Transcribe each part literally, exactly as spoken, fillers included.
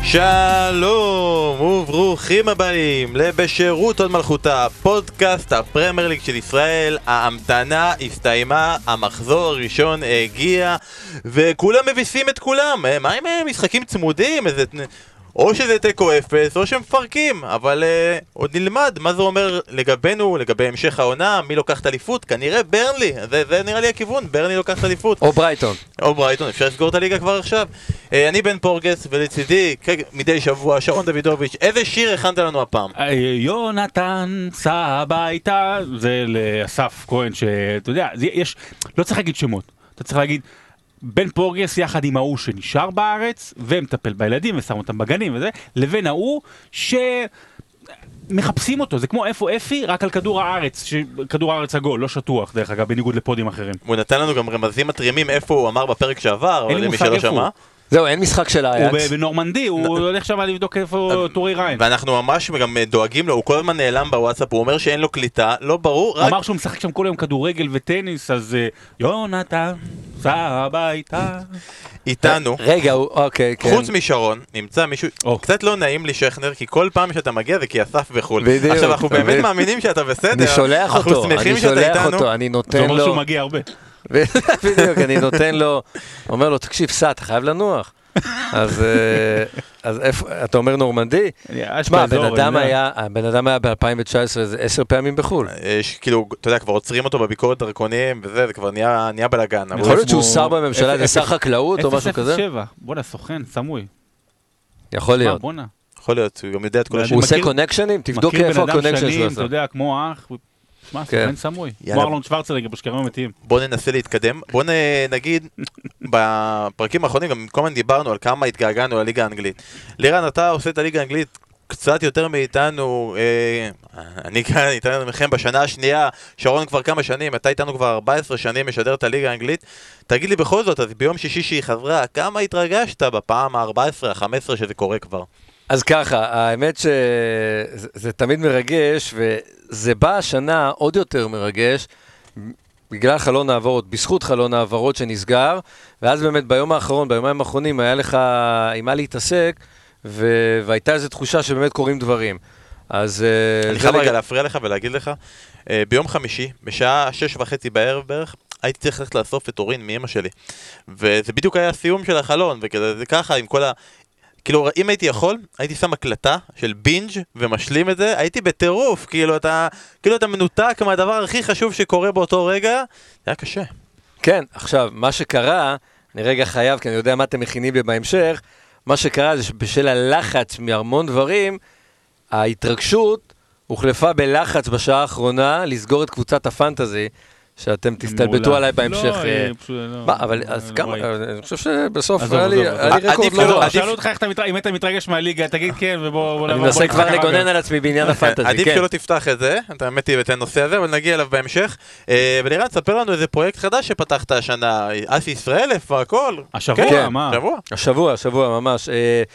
שלום וברוכים הבאים לבשירות עוד מלכותה, פודקאסט הפרמייר ליג של ישראל. ההמתנה הסתיימה, המחזור הראשון הגיע וכולם מביסים את כולם. מה עם משחקים צמודים? איזה... או שזה תיקו אפס או שמפרקים, אבל uh, עוד נלמד מה זה אומר לגבינו, לגבי המשך העונה, מי לוקח את אליפות, כנראה ברנלי, זה, זה נראה לי הכיוון, ברנלי לוקח את אליפות. או ברייטון. או ברייטון, אפשר לסגור את הליגה כבר עכשיו. Uh, אני בן פורגס ולצידי, מדי שבוע, שרון דוידוביץ', איזה שיר הכנת לנו הפעם? יונתן סע הביתה, זה לאסף כהן, שאתה יודע, יש, לא צריך להגיד שמות, אתה צריך להגיד, בן פורגס יחד עם ההוא שנשאר בארץ ומטפל בילדים ושם אותם בגנים וזה, לבין ההוא שמחפשים אותו, זה כמו איפה אפי, רק על כדור הארץ, כדור הארץ עגול, לא שטוח דרך אגב, בניגוד לפודים אחרים. הוא נתן לנו גם רמזים מתרימים איפה הוא אמר בפרק שעבר, אבל למי שלא שמע. זהו, אין משחק של האייקס. הוא בנורמנדי, הוא הולך שם לבדוק איפה טורי ריין. ואנחנו ממש גם דואגים לו, הוא כל הזמן נעלם בוואטסאפ, הוא אומר שאין לו קליטה, לא ברור, רק... הוא אמר שהוא משחק שם כל היום כדורגל וטניס, אז יונתן, סע הביתה. איתנו, רגע, אוקיי, כן. חוץ משרון, נמצא מישהו, קצת לא נעים לי שכנר, כי כל פעם שאתה מגיע זה כי אסף בחול. בדיוק. עכשיו, אנחנו באמת מאמינים שאתה בסדר. אני שולח אותו, אני שולח אותו, אני נותן לו... זה אומר שהוא מגיע הרבה. בדיוק, אני נותן לו, אומר לו, תקשיב, סע, אתה חייב לנוח. אז איפה, אתה אומר נורמנדי? תשמע, הבן אדם היה ב-אלפיים תשע עשרה, זה עשר פעמים בחול. כאילו, אתה יודע, כבר עוצרים אותו בביקורת דרכונים, וזה, זה כבר נהיה בלגן. יכול להיות שהוא שר בממשלה, זה שר חקלאות או משהו כזה? אפס אפס שבע, בוא'נה, סוכן, סמוי. יכול להיות. יכול להיות, הוא גם יודע את כל השם. הוא עושה קונקשנים, תבדוק איפה הקונקשן שלו. אתה יודע, כמו אח, מה, סוכן סמוי. כמו ארלון שוורצנגר בשקרים המתיים. בוא ננסה להתקדם. בוא נגיד, בפרקים האחרונים גם כל הזמן דיברנו על כמה התגעגענו לליגה האנגלית. לירן, אתה עושה את הליגה האנגלית קצת יותר מאיתנו, אני כאן איתנו מכם בשנה השנייה, שרון כבר כמה שנים, אתה איתנו כבר ארבע עשרה שנים משדר את הליגה האנגלית. תגיד לי בכל זאת, אז ביום שישי שהיא חזרה, כמה התרגשת בפעם ה-ארבע עשרה, ה-חמש עשרה שזה קורה כבר? אז ככה, האמת שזה תמיד מרגש, וזה בא השנה עוד יותר מרגש, בגלל חלון העברות, בזכות חלון העברות שנסגר, ואז באמת ביום האחרון, ביומיים האחרונים, היה לך עם מה להתעסק, והייתה איזו תחושה שבאמת קורים דברים. אז... אני חייב רגע להפריע לך ולהגיד לך, ביום חמישי, בשעה שש וחצי בערב בערך, הייתי צריך ללכת לאסוף את אורין מאמא שלי, וזה בדיוק היה הסיום של החלון, וכזה ככה עם כל ה... כאילו, אם הייתי יכול, הייתי שם הקלטה של בינג' ומשלים את זה, הייתי בטירוף, כאילו אתה, כאילו אתה מנותק מהדבר הכי חשוב שקורה באותו רגע, זה היה קשה. כן, עכשיו, מה שקרה, אני רגע חייב, כי אני יודע מה אתם מכינים לי בהמשך, מה שקרה זה שבשל הלחץ מהרמון דברים, ההתרגשות הוחלפה בלחץ בשעה האחרונה לסגור את קבוצת הפנטזי, שאתם תסתלבטו עליי בהמשך. מה, אבל אז כמה, אני חושב שבסוף היה לי רקורד לא רע. שאלו אותך אם אתה מתרגש מהליגה, תגיד כן ובוא... אני מנסה כבר לגונן על עצמי בעניין הפנטזי, כן. עדיף שלא תפתח את זה, אתה האמת היא את הנושא הזה, אבל נגיע אליו בהמשך. ולירן, תספר לנו איזה פרויקט חדש שפתחת השנה, אסי ישראל, איפה הכל? השבוע, מה? השבוע, השבוע, ממש.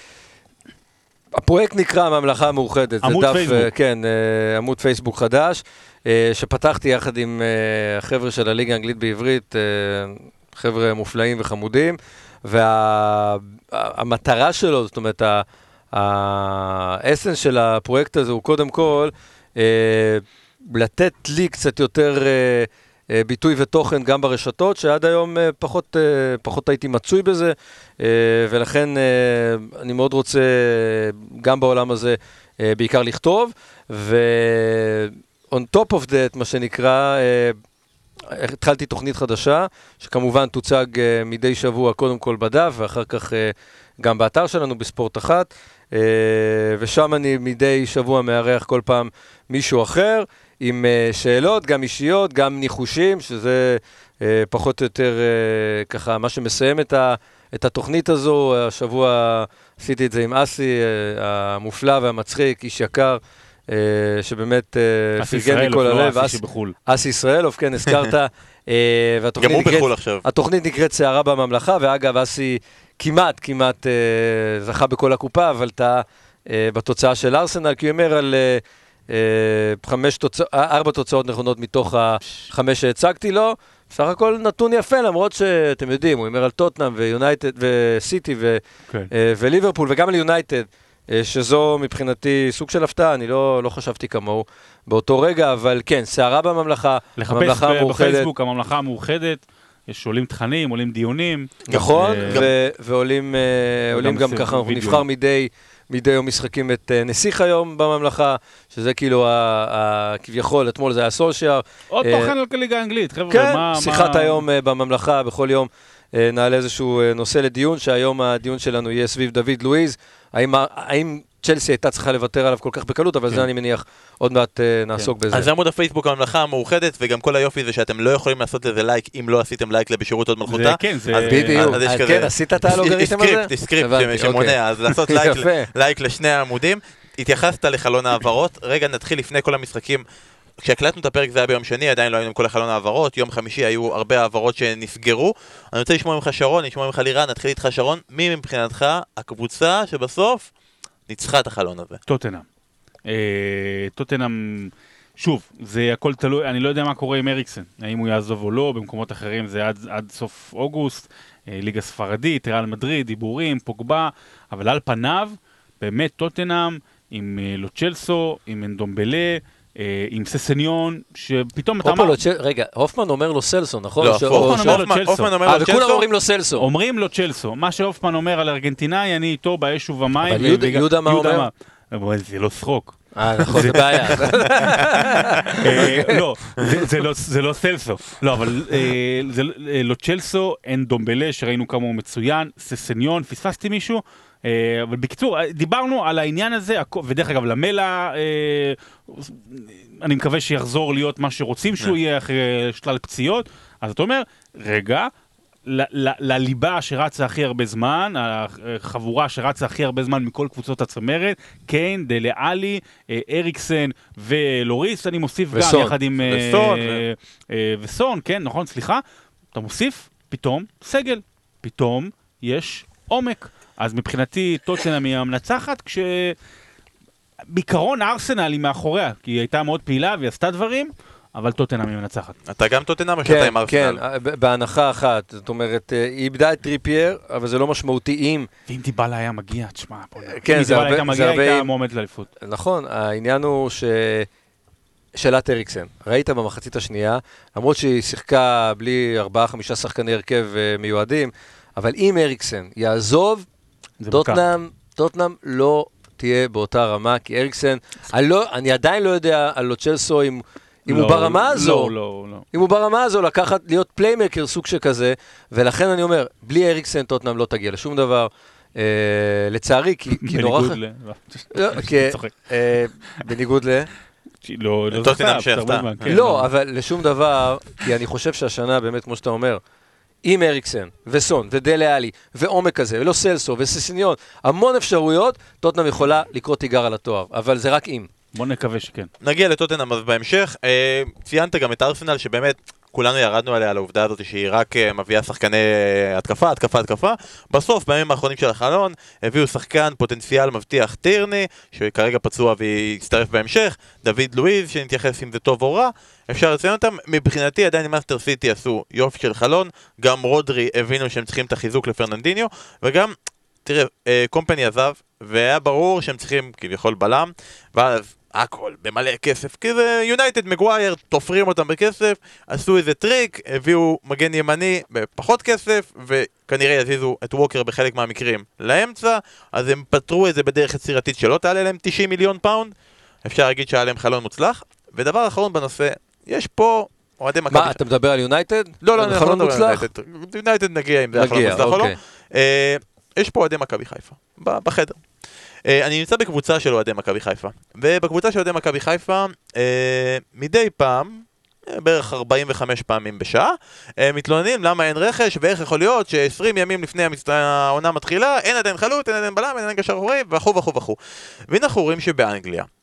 הפרויקט נקרא הממלכה המאוחדת. עמוד פייסבוק. כן, עמוד פייסבוק חדש. שפתחתי יחד עם החבר'ה של הליגה האנגלית בעברית, חבר'ה מופלאים וחמודים, והמטרה שלו, זאת אומרת, האסנס של הפרויקט הזה הוא קודם כל לתת לי קצת יותר ביטוי ותוכן גם ברשתות, שעד היום פחות, פחות הייתי מצוי בזה, ולכן אני מאוד רוצה גם בעולם הזה בעיקר לכתוב, ו... on top of that, מה שנקרא, התחלתי תוכנית חדשה, שכמובן תוצג מדי שבוע קודם כל בדף, ואחר כך גם באתר שלנו בספורט אחת, ושם אני מדי שבוע מארח כל פעם מישהו אחר, עם שאלות, גם אישיות, גם ניחושים, שזה פחות או יותר ככה מה שמסיים את ה... את התוכנית הזו. השבוע עשיתי את זה עם אסי, המופלא והמצחיק, איש יקר, שבאמת פרגן לי כל הלב. אסי ישראל, כן, הזכרת. גם הוא בחול עכשיו. התוכנית נקראת שערה בממלכה, ואגב, אסי כמעט, כמעט זכה בכל הקופה, אבל אתה בתוצאה של ארסנל, כי הוא אומר על ארבע תוצאות נכונות מתוך החמש שהצגתי לו, סך הכל נתון יפה, למרות שאתם יודעים, הוא אומר על טוטנאם ויונייטד וסיטי ו- כן. אה, וליברפול, וגם על יונייטד, אה, שזו מבחינתי סוג של הפתעה, אני לא, לא חשבתי כמוהו באותו רגע, אבל כן, שערה בממלכה, לחפש הממלכה ב- המאוחדת. בפייסבוק, הממלכה המאוחדת, יש עולים תכנים, עולים דיונים. נכון, אה, ו- ועולים אה, עולים גם סרט ככה, אנחנו וידאו. נבחר מדי, מדי יום משחקים את אה, נסיך היום בממלכה, שזה כאילו ה- ה- כביכול, אתמול זה היה סולשייר. עוד אה, תוכן על ליגה האנגלית, חבר'ה, כן, מה... שיחת מה- היום אה, בממלכה, בכל יום אה, נעלה איזשהו אה, נושא לדיון, שהיום הדיון שלנו יהיה סביב דוד לואיז, האם, האם צ'לסי הייתה צריכה לוותר עליו כל כך בקלות, אבל כן. זה אני מניח עוד מעט אה, נעסוק בזה. אז זה עמוד הפייסבוק הממלכה המאוחדת, וגם כל היופי זה שאתם לא יכולים לעשות לזה לייק אם לא עשיתם לייק לבשירות עוד מלכותה. זה כן, זה... אז בדיוק, אז יש אז כזה- כן, עשית את האלגוריתם הזה? סקריפט, סקריפט הבנתי, שמונע, אוקיי. אז לעשות לייק- יפה. לייק לשני העמודים. התייחסת לחלון העברות, רגע נתחיל לפני כל המשחקים. כשהקלטנו את הפרק זה היה ביום שני, עדיין לא היינו עם כל החלון העברות, יום חמישי היו הרבה העברות שנסגרו. אני רוצה לשמוע ממך שרון, לשמוע ממך לירן, נתחיל איתך שרון, מי מבחינתך הקבוצה שבסוף ניצחה את החלון הזה? טוטנהאם. אה, טוטנהאם, שוב, זה הכל תלוי, אני לא יודע מה קורה עם אריקסן, האם הוא יעזוב או לא, במקומות אחרים זה עד, עד סוף אוגוסט, אה, ליגה ספרדית, ריאל מדריד, דיבורים, פוגבה, אבל על פניו, באמת טוטנהאם, עם אה, לו צ'לסו, עם אנדומבלה, אה, עם ססניון, שפתאום אתה הופה, אמר, לו צ'ל- רגע, הופמן אומר לו סלסון, נכון? לא, או ש- הופמן או הופמן ש- אומר לו הופמן- צ'לסו. הופמן אומר אה, לו וכולם צ'לסו, אומרים לו סלסון. אומרים לו צ'לסו, מה שהופמן אומר על ארגנטינאי, אני איתו באש ובמים. אבל יהודה- וגם- יהודה מה אומר? אבל זה לא שחוק. אה, נכון, זה בעיה. אה, לא, זה- זה לא- זה לא סלסו. לא, אבל אה, זה אה, לא צ'לסו, אין דומבלה, שראינו כמה הוא מצוין, ססניון, פספסתי מישהו. אה, אבל בקיצור, אה, דיברנו על העניין הזה, הכ- ודרך אגב, למלה, אה, אני מקווה שיחזור להיות מה שרוצים שהוא יהיה אחרי שלל פציעות. אז אתה אומר, רגע, ל- ל- לליבה שרצה הכי הרבה זמן, החבורה שרצה הכי הרבה זמן מכל קבוצות הצמרת, קיין, דלה עלי, אה, אריקסן ולוריס, אני מוסיף גם וסון. יחד עם... אה, וסון, אה, אה, וסון, כן, נכון, סליחה. אתה מוסיף, פתאום, סגל. פתאום יש עומק. אז מבחינתי, טוטנהאם היא המנצחת, כש... בעיקרון ארסנל היא מאחוריה, כי היא הייתה מאוד פעילה והיא עשתה דברים, אבל טוטנהאם היא מנצחת. אתה גם טוטנהאם או שאתה כן, עם ארסנל? כן, ב- בהנחה אחת, זאת אומרת, אה, היא איבדה את טריפייר, אבל זה לא משמעותי אם, ואם דיבלה היה מגיע, תשמע, בוא נראה. כן, אם זה דיבלה הרבה- הייתה זה מגיעה, הרבה- הייתה מועמדת לאליפות. נכון, העניין הוא ש... שאלת אריקסן, ראית במחצית השנייה, למרות שהיא שיחקה בלי ארבעה, חמישה שחקני הרכב אה, מיועדים, אבל אם אריקסן יעזוב, זה טוטנהאם, טוטנהאם לא תהיה באותה רמה, כי אריקסן, אני, לא, אני עדיין לא יודע על לו צ'לסו אם, אם לא, הוא ברמה הזו, לא, לא, לא. אם הוא ברמה הזו לקחת, להיות פליימקר סוג שכזה, ולכן אני אומר, בלי אריקסן טוטנהאם לא תגיע לשום דבר, אה, לצערי, כי, כי נורא... בניגוד ל... לא, כי, צוחק. אה, בניגוד ל... לא, לא טוטנהאם זכתה, שעשתה. הרבה זמן, כן, לא, אבל לשום דבר, כי אני חושב שהשנה, באמת, כמו שאתה אומר, עם אריקסן, וסון, ודלה עלי, ועומק כזה, ולא סלסו, וססיניון, המון אפשרויות, טוטנהאם יכולה לקרוא תיגר על התואר, אבל זה רק אם. בוא נקווה שכן. נגיע לטוטנהאם אז בהמשך. אה, ציינת גם את ארסנל שבאמת כולנו ירדנו עליה על העובדה הזאת שהיא רק אה, מביאה שחקני אה, התקפה, התקפה, התקפה. בסוף, בימים האחרונים של החלון, הביאו שחקן פוטנציאל מבטיח טירני, שכרגע פצוע ויצטרף בהמשך, דוד לואיז, שנתייחס אם זה טוב או רע. אפשר לציין אותם. מבחינתי עדיין מאסטר סיטי עשו יופי של חלון, גם רודרי הבינו שהם צריכים את החיזוק לפרננדיניו, וגם, תראה, אה, קומפני עזב, והיה ברור שהם צריכים כביכול בלם, ואז הכל במלא כסף, כי זה יונייטד מגווייר, תופרים אותם בכסף, עשו איזה טריק, הביאו מגן ימני בפחות כסף, וכנראה יזיזו את ווקר בחלק מהמקרים לאמצע, אז הם פתרו את זה בדרך יצירתית שלא תעלה להם תשעים מיליון פאונד, אפשר להגיד שהיה להם חלון מוצלח. ודבר אחרון בנושא, יש פה אוהדי מכבי... מה, אתה מדבר על יונייטד? לא, לא, על אני חלון לא מדבר על מוצלח? יונייטד. יונייטד נגיע אם זה היה חלון נגיע, מוצלח או לא. אוקיי. אה, יש פה אוהדי מכבי חיפה, ב- בחדר. אה, אני נמצא בקבוצה של אוהדי מכבי חיפה, ובקבוצה של אוהדי מכבי חיפה, אה, מדי פעם, אה, בערך ארבעים וחמש פעמים בשעה, אה, מתלוננים למה אין רכש, ואיך יכול להיות ש-עשרים ימים לפני המצ- העונה מתחילה, אין עדיין חלוט, אין עדיין בלם, אין עדיין קשר אחורי, וכו' וכו' וכו'. והנה אנחנו רואים שבאנגליה,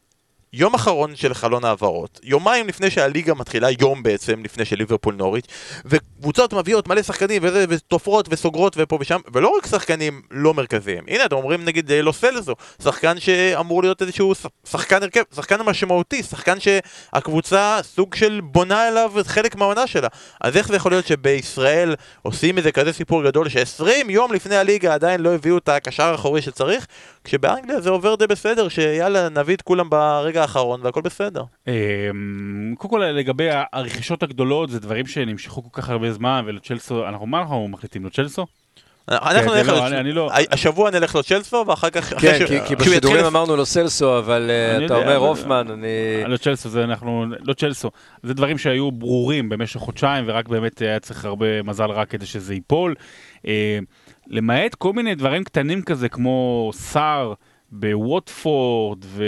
יום אחרון של חלון העברות, יומיים לפני שהליגה מתחילה, יום בעצם לפני של ליברפול נוריץ', וקבוצות מביאות מלא שחקנים וזה, ותופרות וסוגרות ופה ושם, ולא רק שחקנים לא מרכזיים. הנה, אתם אומרים נגיד לא סלזו, שחקן שאמור להיות איזשהו שחקן הרכב, שחקן משמעותי, שחקן שהקבוצה סוג של בונה אליו חלק מהעונה שלה. אז איך זה יכול להיות שבישראל עושים איזה כזה סיפור גדול ש-עשרים יום לפני הליגה עדיין לא הביאו את הקשר האחורי שצריך, כשבאנגליה זה עובר די בסדר, שיאללה נביא את כולם ברגע האחרון והכל בסדר. קודם כל לגבי הרכישות הגדולות, זה דברים שנמשכו כל כך הרבה זמן, ולצ'לסו, אנחנו מה אנחנו מחליטים, לצ'לסו? אנחנו נלך, השבוע נלך לו צ'לסו, ואחר כך... כן, כי בשידורים אמרנו לו סלסו, אבל אתה אומר אופמן, אני... לא צ'לסו, זה אנחנו... לא צ'לסו. זה דברים שהיו ברורים במשך חודשיים, ורק באמת היה צריך הרבה מזל רק כדי שזה ייפול. למעט כל מיני דברים קטנים כזה, כמו שר בווטפורד, ו...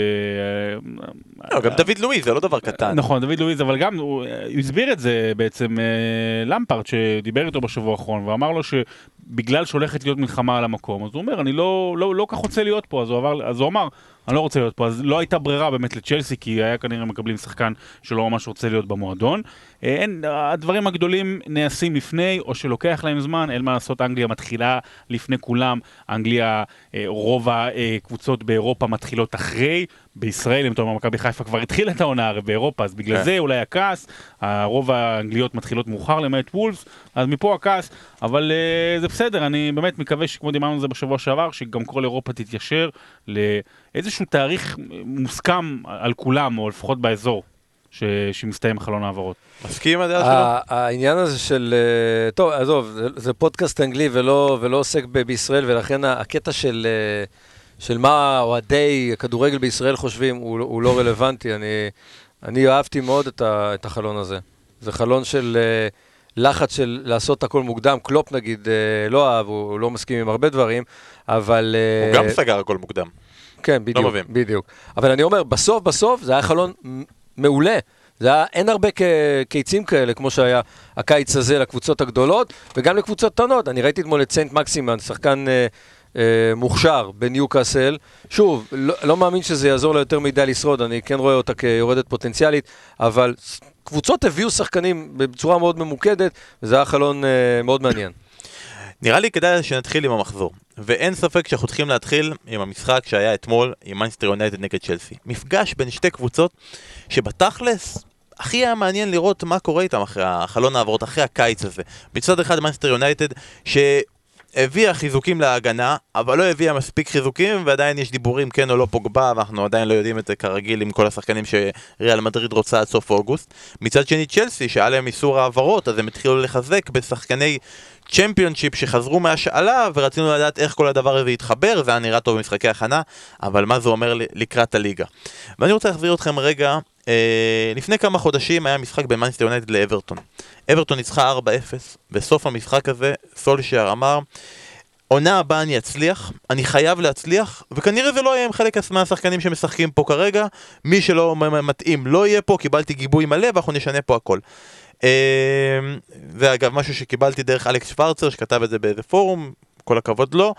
גם דוד לואיז, זה לא דבר קטן. נכון, דוד לואיז, אבל גם הוא הסביר את זה בעצם למפארד, שדיבר איתו בשבוע האחרון, ואמר לו שבגלל שהולכת להיות מלחמה על המקום, אז הוא אומר, אני לא, לא, לא כך רוצה להיות פה, אז הוא, עבר, אז הוא אמר, אני לא רוצה להיות פה, אז לא הייתה ברירה באמת לצ'לסי, כי היה כנראה מקבלים שחקן שלא ממש רוצה להיות במועדון. אין, הדברים הגדולים נעשים לפני, או שלוקח להם זמן, אין מה לעשות, אנגליה מתחילה לפני כולם, אנגליה, רוב הקבוצות באירופה מתחילות אחרי, בישראל, אם אתה אומר, מכבי חיפה כבר התחילה את העונה הרי באירופה, אז בגלל זה אולי הכעס, הרוב האנגליות מתחילות מאוחר למעט וולס, אז מפה הכעס, אבל uh, זה בסדר, אני באמת מקווה שכמו דיברנו על זה בשבוע שעבר, שגם כל אירופה תתיישר לאיזשהו תאריך מוסכם על כולם, או לפחות באזור, ש... שמסתיים חלון העברות. מסכים הדעה שלו? העניין הזה של, טוב, עזוב, זה, זה פודקאסט אנגלי ולא, ולא עוסק ב- בישראל, ולכן הקטע של... של מה אוהדי הכדורגל בישראל חושבים, הוא, הוא לא רלוונטי. אני, אני אהבתי מאוד את, ה, את החלון הזה. זה חלון של uh, לחץ של לעשות הכל מוקדם. קלופ נגיד uh, לא אהב, הוא, הוא לא מסכים עם הרבה דברים, אבל... Uh, הוא גם סגר הכל מוקדם. כן, בדיוק, לא בדיוק. אבל אני אומר, בסוף בסוף זה היה חלון מעולה. זה היה, אין הרבה קיצים כאלה, כמו שהיה הקיץ הזה לקבוצות הגדולות, וגם לקבוצות קטנות. אני ראיתי אתמול את סנט מקסימן, שחקן... Uh, מוכשר בניוקאסל. שוב, לא, לא מאמין שזה יעזור לה יותר מדי לשרוד, אני כן רואה אותה כיורדת פוטנציאלית, אבל קבוצות הביאו שחקנים בצורה מאוד ממוקדת, וזה היה חלון מאוד מעניין. נראה לי כדאי שנתחיל עם המחזור, ואין ספק שאנחנו צריכים להתחיל עם המשחק שהיה אתמול עם מנצ'סטר יונייטד נגד צ'לסי. מפגש בין שתי קבוצות שבתכלס הכי היה מעניין לראות מה קורה איתם אחרי החלון העברות, אחרי הקיץ הזה. מצד אחד מנצ'סטר יונייטד ש... הביאה חיזוקים להגנה, אבל לא הביאה מספיק חיזוקים, ועדיין יש דיבורים כן או לא פוגבה, ואנחנו עדיין לא יודעים את זה כרגיל עם כל השחקנים שריאל מדריד רוצה עד סוף אוגוסט. מצד שני צ'לסי, שהיה להם איסור העברות, אז הם התחילו לחזק בשחקני צ'מפיונשיפ שחזרו מהשאלה, ורצינו לדעת איך כל הדבר הזה יתחבר, זה היה נראה טוב במשחקי הכנה, אבל מה זה אומר לקראת הליגה. ואני רוצה להחזיר אתכם רגע, אה, לפני כמה חודשים היה משחק בין מנצ'סטר יונייטד לאברטון. אברטון ניצחה ארבע אפס, בסוף המשחק הזה סולשייר אמר, עונה הבאה אני אצליח, אני חייב להצליח, וכנראה זה לא יהיה עם חלק מהשחקנים שמשחקים פה כרגע, מי שלא מתאים לא יהיה פה, קיבלתי גיבוי מלא ואנחנו נשנה פה הכל. זה אגב משהו שקיבלתי דרך אלכס שוורצר, שכתב את זה באיזה פורום, כל הכבוד לו.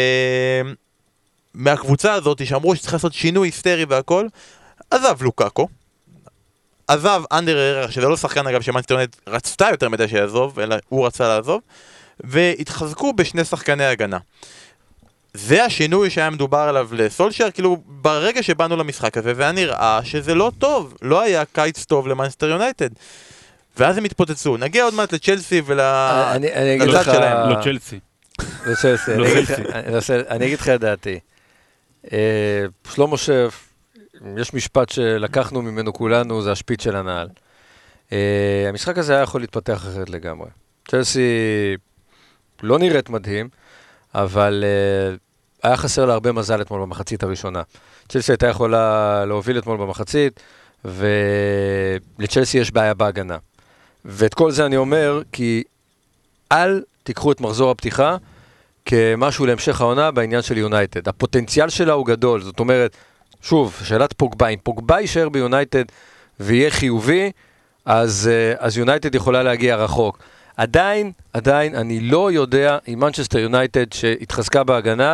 מהקבוצה הזאת שאמרו שצריך לעשות שינוי היסטרי והכל, עזב לוקאקו, עזב אנדר הררה, שזה לא שחקן אגב שמנצ'סטר יונייטד רצתה יותר מדי שיעזוב, אלא הוא רצה לעזוב, והתחזקו בשני שחקני הגנה. זה השינוי שהיה מדובר עליו לסולשייר, כאילו ברגע שבאנו למשחק הזה, זה היה נראה שזה לא טוב, לא היה קיץ טוב למנצ'סטר יונייטד. ואז הם התפוצצו. נגיע עוד מעט לצ'לסי ולצד שלהם. לא צ'לסי. לא צ'לסי. אני אגיד לך את דעתי. שלמה שף, יש משפט שלקחנו ממנו כולנו, זה השפיץ של הנעל. המשחק הזה היה יכול להתפתח אחרת לגמרי. צ'לסי לא נראית מדהים, אבל היה חסר לה הרבה מזל אתמול במחצית הראשונה. צ'לסי הייתה יכולה להוביל אתמול במחצית, ולצ'לסי יש בעיה בהגנה. ואת כל זה אני אומר, כי אל תיקחו את מחזור הפתיחה כמשהו להמשך העונה בעניין של יונייטד. הפוטנציאל שלה הוא גדול, זאת אומרת, שוב, שאלת פוגבה, אם פוגבה יישאר ביונייטד ויהיה חיובי, אז, אז יונייטד יכולה להגיע רחוק. עדיין, עדיין, אני לא יודע אם מנצ'סטר יונייטד שהתחזקה בהגנה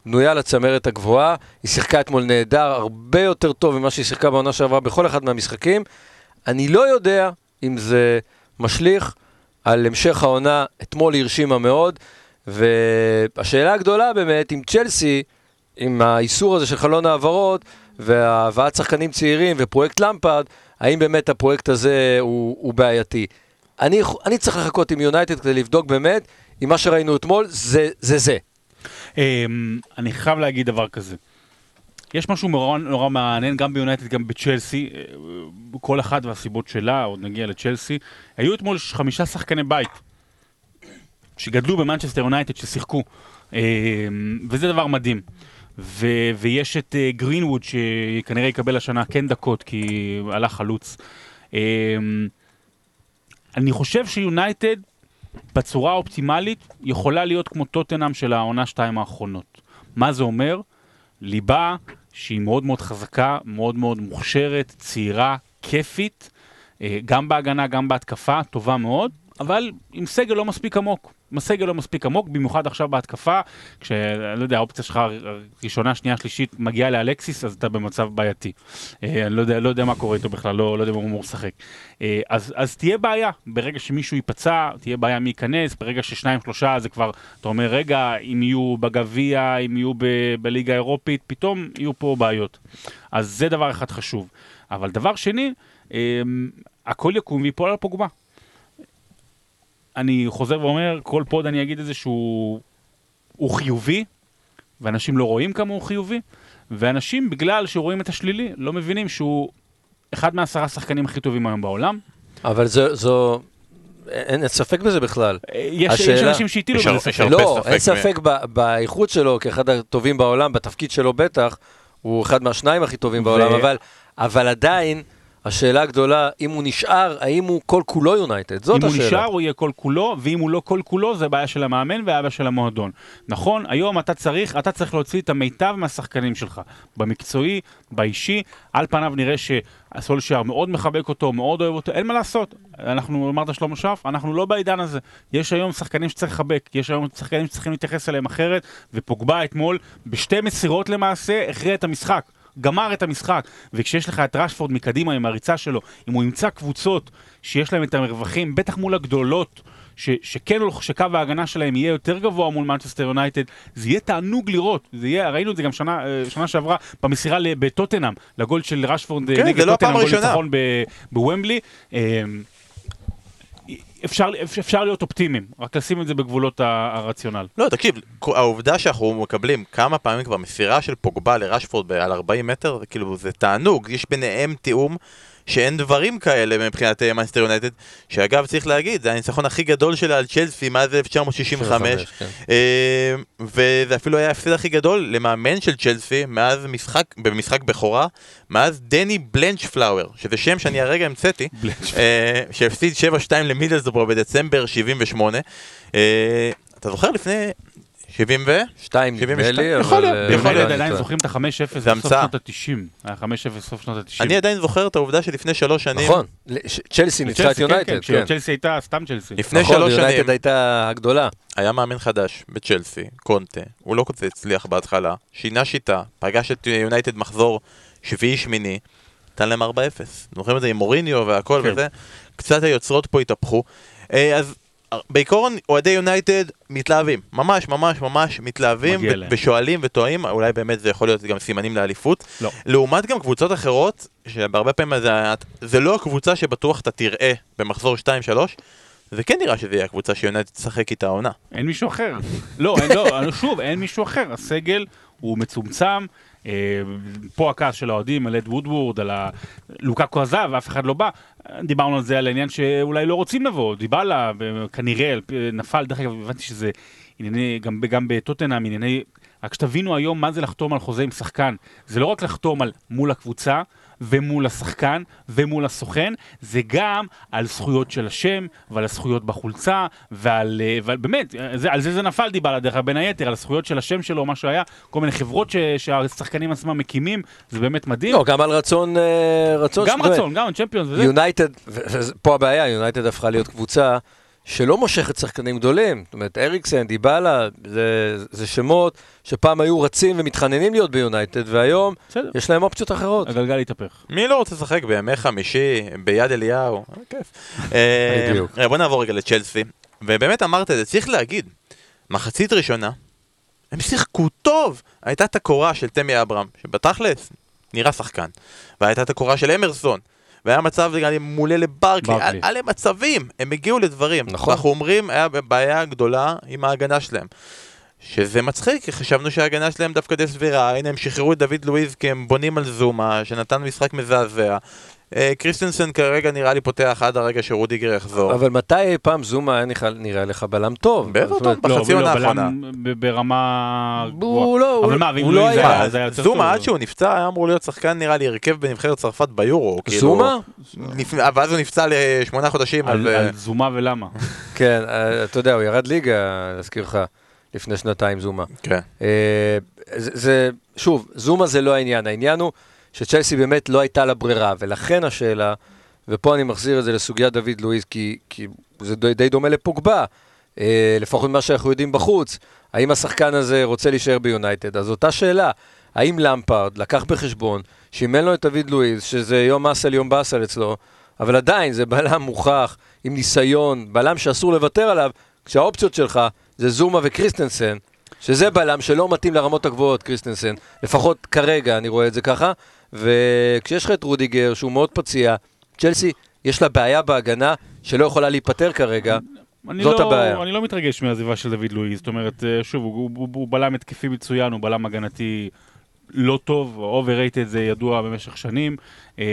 בנויה לצמרת הגבוהה, היא שיחקה אתמול נהדר, הרבה יותר טוב ממה שהיא שיחקה בעונה שעברה בכל אחד מהמשחקים. אני לא יודע אם זה משליך על המשך העונה, אתמול היא הרשימה מאוד, והשאלה הגדולה באמת, עם צ'לסי, עם האיסור הזה של חלון העברות, והבאת שחקנים צעירים ופרויקט למפרד, האם באמת הפרויקט הזה הוא, הוא בעייתי? אני, אני צריך לחכות עם יונייטד כדי לבדוק באמת, אם מה שראינו אתמול, זה זה. זה. אני חייב להגיד דבר כזה. יש משהו נורא, נורא מעניין, גם ביונייטד, גם בצ'לסי, כל אחד והסיבות שלה, עוד נגיע לצ'לסי, היו אתמול חמישה שחקני בית, שגדלו במנצ'סטר יונייטד, ששיחקו, וזה דבר מדהים. ו- ויש את uh, גרינווד שכנראה יקבל השנה כן דקות כי הלך חלוץ. Um, אני חושב שיונייטד בצורה האופטימלית יכולה להיות כמו טוטנהאם של העונה שתיים האחרונות. מה זה אומר? ליבה שהיא מאוד מאוד חזקה, מאוד מאוד מוכשרת, צעירה, כיפית, uh, גם בהגנה, גם בהתקפה, טובה מאוד, אבל עם סגל לא מספיק עמוק. הסגל לא מספיק עמוק, במיוחד עכשיו בהתקפה, כשאני לא יודע, האופציה שלך ראשונה, שנייה, שלישית, מגיעה לאלקסיס, אז אתה במצב בעייתי. אני לא יודע, לא יודע מה קורה איתו בכלל, לא, לא יודע מה הוא משחק. אז, אז תהיה בעיה, ברגע שמישהו ייפצע, תהיה בעיה מי ייכנס, ברגע ששניים, שלושה, זה כבר, אתה אומר, רגע, אם יהיו בגביע, אם יהיו ב- בליגה האירופית, פתאום יהיו פה בעיות. אז זה דבר אחד חשוב. אבל דבר שני, הכל יקום ויפול על פוגבה. אני חוזר ואומר, כל פוד אני אגיד את זה שהוא הוא חיובי, ואנשים לא רואים כמה הוא חיובי, ואנשים בגלל שרואים את השלילי, לא מבינים שהוא אחד מהעשרה שחקנים הכי טובים היום בעולם. אבל זו, זו, אין ספק בזה בכלל. יש, השאלה... יש אנשים שהטילו בזה ספק. לא, אין ספק ב- באיכות שלו, כאחד הטובים בעולם, בתפקיד שלו בטח, הוא אחד מהשניים הכי טובים ו... בעולם, אבל, אבל עדיין, השאלה הגדולה, אם הוא נשאר, האם הוא כל כולו יונייטד? זאת השאלה. אם השאלה. הוא נשאר, הוא יהיה כל כולו, ואם הוא לא כל כולו, זה בעיה של המאמן והבעיה של המועדון. נכון, היום אתה צריך, אתה צריך להוציא את המיטב מהשחקנים שלך. במקצועי, באישי, על פניו נראה שהסולשייר מאוד מחבק אותו, מאוד אוהב אותו, אין מה לעשות. אנחנו, אמרת שלמה שף, אנחנו לא בעידן הזה. יש היום שחקנים שצריך לחבק, יש היום שחקנים שצריכים להתייחס אליהם אחרת, ופוגבה אתמול, בשתי מסירות למעשה, הכריע את המשחק. גמר את המשחק, וכשיש לך את רשפורד מקדימה עם הריצה שלו, אם הוא ימצא קבוצות שיש להם את המרווחים, בטח מול הגדולות, ש- שכן שקו ההגנה שלהם יהיה יותר גבוה מול מנצ'סטר יונייטד, זה יהיה תענוג לראות, זה יהיה, ראינו את זה גם שנה, שנה שעברה במסירה בטוטנהאם, לגול של רשפורד כן, נגד לא טוטנהאם, גול ראשונה. ניצחון בוומבלי. אפשר, אפשר להיות אופטימיים, רק לשים את זה בגבולות הרציונל. לא, תקשיב, העובדה שאנחנו מקבלים כמה פעמים כבר מסירה של פוגבה לרשפורד על ארבעים מטר, זה כאילו, זה תענוג, יש ביניהם תיאום שאין דברים כאלה מבחינת מנצ'סטר יונייטד, שאגב צריך להגיד, זה הניצחון הכי גדול שלה על צ'לסי מאז אלף תשע מאות שישים וחמש, וזה אפילו היה ההפסד הכי גדול למאמן של צ'לסי מאז משחק, במשחק בכורה, מאז דני בלנצ'פלאואר, שזה שם שאני הרגע המצאתי, שהפסיד שבע שתיים למידלסברו בדצמבר שבעים ושמונה. אתה זוכר לפני שבעים ושתיים? יכול להיות, יכול להיות. עדיין זוכרים את ה-חמש אפס בסוף שנות ה-תשעים. היה חמש אפס בסוף שנות ה-תשעים. אני עדיין זוכר את העובדה שלפני שלוש שנים... נכון, צ'לסי ניצחה את יונייטד. צ'לסי הייתה סתם צ'לסי. לפני שלוש שנים... יונייטד הייתה הגדולה. היה מאמן חדש בצ'לסי, קונטה. הוא לא כזה הצליח בהתחלה. שינה שיטה, פגש את יונייטד מחזור שביעי שמיני, נתן להם ארבע אפס. זוכרים את זה עם מוריניו והכל וזה. קצת היוצרות פה התהפכו. אז... בעיקרון, אוהדי יונייטד מתלהבים, ממש ממש ממש מתלהבים ושואלים וטועים, אולי באמת זה יכול להיות גם סימנים לאליפות. לא. לעומת גם קבוצות אחרות, שבהרבה פעמים זה, זה לא הקבוצה שבטוח אתה תראה במחזור שתיים שלוש, זה כן נראה שזה יהיה הקבוצה שיונייטד תשחק איתה העונה. אין מישהו אחר. לא, אין, לא, שוב, אין מישהו אחר. הסגל הוא מצומצם, פה הכעס של האוהדים על אד וודוורד, על לוקאקו עזב, ואף אחד לא בא. דיברנו על זה, על העניין שאולי לא רוצים לבוא, דיבלה, כנראה, נפל, דרך אגב, הבנתי שזה ענייני, גם, גם בטוטנהאם, ענייני, רק שתבינו היום מה זה לחתום על חוזה עם שחקן, זה לא רק לחתום על מול הקבוצה, ומול השחקן, ומול הסוכן, זה גם על זכויות של השם, ועל הזכויות בחולצה, ועל, ועל באמת, זה, על זה זה נפל דיבלה, דרך בין היתר, על הזכויות של השם שלו, מה שהיה, כל מיני חברות ש, שהשחקנים עצמם מקימים, זה באמת מדהים. לא, גם על רצון, רצון גם רצון, גם צ'מפיונס וזה. יונייטד, פה הבעיה, יונייטד הפכה להיות קבוצה שלא מושכת שחקנים גדולים. זאת אומרת, אריקסן, דיבאלה, זה, זה שמות שפעם היו רצים ומתחננים להיות ביונייטד, והיום בסדר. יש להם אופציות אחרות. הגלגל יתהפך. מי לא רוצה לשחק בימי חמישי, ביד אליהו? כיף. בדיוק. בוא נעבור רגע לצ'לסי, ובאמת אמרת את זה, צריך להגיד, מחצית ראשונה, הם שיחקו טוב. הייתה את הקורה של תמי אברהם, שבתכלס נראה שחקן, והייתה את הקורה של אמרסון, והיה מצב מולה לברקלי, על מצבים, הם הגיעו לדברים. נכון. אנחנו אומרים, היה בעיה גדולה עם ההגנה שלהם. שזה מצחיק, כי חשבנו שההגנה שלהם דווקא די סבירה, הנה הם שחררו את דוד לואיז כי הם בונים על זומה, שנתן משחק מזעזע. קריסטנסן כרגע נראה לי פותח עד הרגע שרודיגר יחזור. אבל מתי פעם זומה היה נראה לך בלם טוב? באברטון בחצי עונה האחרונה. ברמה... הוא לא, אבל מה, הוא לא היה. זומה עד שהוא נפצע היה אמור להיות שחקן נראה לי הרכב בנבחרת צרפת ביורו. זומה? ואז הוא נפצע לשמונה חודשים. על זומה ולמה? כן, אתה יודע, הוא ירד ליגה, להזכיר לך, לפני שנתיים זומה. כן. זה, שוב, זומה זה לא העניין, העניין הוא שצ'לסי באמת לא הייתה לה ברירה, ולכן השאלה, ופה אני מחזיר את זה לסוגיית דוד לואיז, כי, כי זה די, די דומה לפוגבה, אה, לפחות מה שאנחנו יודעים בחוץ, האם השחקן הזה רוצה להישאר ביונייטד, אז אותה שאלה, האם למפארד לקח בחשבון, שאם אין לו את דוד לואיז, שזה יום אסל יום באסל אצלו, אבל עדיין זה בלם מוכח, עם ניסיון, בלם שאסור לוותר עליו, כשהאופציות שלך זה זומה וקריסטנסן, שזה בלם שלא מתאים לרמות הגבוהות, קריסטנסן, לפחות כרגע אני רואה את זה ככה, וכשיש לך את רודיגר שהוא מאוד פציע, צ'לסי יש לה בעיה בהגנה שלא יכולה להיפטר כרגע, זאת לא, הבעיה. אני לא מתרגש מהעזיבה של דוד לואיז, זאת אומרת, שוב, הוא, הוא, הוא בלם התקפי מצוין, הוא בלם הגנתי לא טוב, overrated זה ידוע במשך שנים, אה,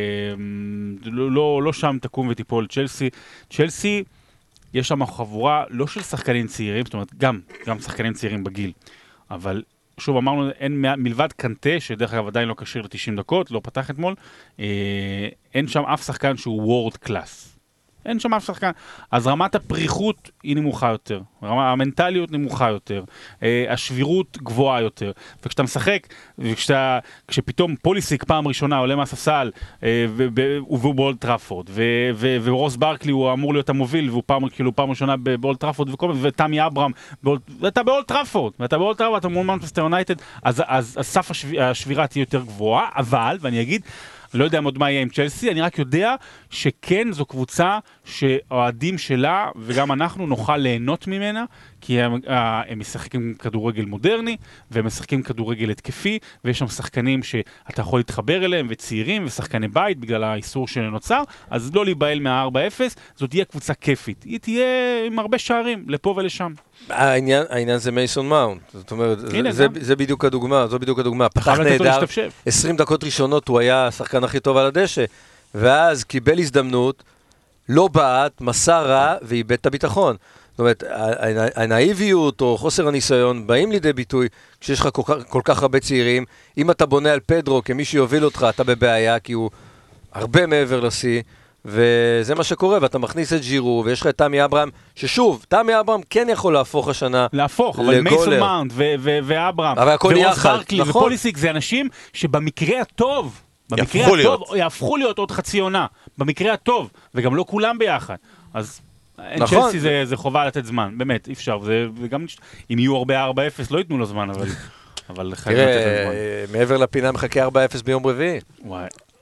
לא, לא, לא שם תקום וטיפול צ'לסי, צ'לסי יש שם חבורה לא של שחקנים צעירים, זאת אומרת, גם, גם שחקנים צעירים בגיל, אבל שוב אמרנו, אין מלבד קנטה, שדרך אגב עדיין לא קשיר ל-תשעים דקות, לא פתח אתמול, אה, אין שם אף שחקן שהוא וורד קלאס. אין שם אף שחקן. אז רמת הפריחות היא נמוכה יותר, רמה, המנטליות נמוכה יותר, אה, השבירות גבוהה יותר. וכשאתה משחק, וכשאתה, כשפתאום פוליסיק פעם ראשונה עולה מהספסל, אה, והוא באולד טראפורד, ו- ו- ורוס ברקלי הוא אמור להיות המוביל, והוא פעם, כאילו, פעם ראשונה באולד טראפורד, ותמי אברהם, ואתה באולד טראפורד, ואתה באולד טראפורד, אתה מול מנצ'סטר יונייטד, אז, אז, אז סף השב- השבירה תהיה יותר גבוהה, אבל, ואני אגיד, לא יודע עוד מה יהיה עם צ'לסי, אני רק יודע שכן זו קבוצה שהאוהדים שלה וגם אנחנו נוכל ליהנות ממנה, כי הם, הם משחקים כדורגל מודרני, והם משחקים כדורגל התקפי, ויש שם שחקנים שאתה יכול להתחבר אליהם, וצעירים, ושחקני בית, בגלל האיסור שנוצר, אז לא להיבהל מה-ארבע אפס, זאת תהיה קבוצה כיפית. היא תהיה עם הרבה שערים, לפה ולשם. העניין, העניין זה מייסון מאונט, זאת אומרת, זה, זה, זה בדיוק הדוגמה, זו בדיוק הדוגמה. פתח נהדר, עשרים דקות ראשונות הוא היה השחקן הכי טוב על הדשא, ואז קיבל הזדמנות, לא בעט, מסע רע, ואיבד את הביטחון. זאת אומרת, הנאיביות או חוסר הניסיון באים לידי ביטוי כשיש לך כל כך, כל כך הרבה צעירים. אם אתה בונה על פדרו כמי שיוביל אותך, אתה בבעיה, כי הוא הרבה מעבר לשיא, וזה מה שקורה, ואתה מכניס את ג'ירו, ויש לך את תמי אברהם, ששוב, תמי אברהם כן יכול להפוך השנה להפוך, אבל מייסון מאונט ואברהם, ורוס ברקלי ופוליסיק, זה אנשים שבמקרה הטוב, במקרה הטוב, יהפכו להיות עוד חצי עונה, במקרה הטוב, וגם לא כולם ביחד. אז צ'לסי זה חובה לתת זמן, באמת, אי אפשר, וגם אם יהיו הרבה ארבע אפס, לא ייתנו לו זמן, אבל חייבים לתת לו זמן. מעבר לפינה מחכה ארבע אפס ביום רביעי. וואי.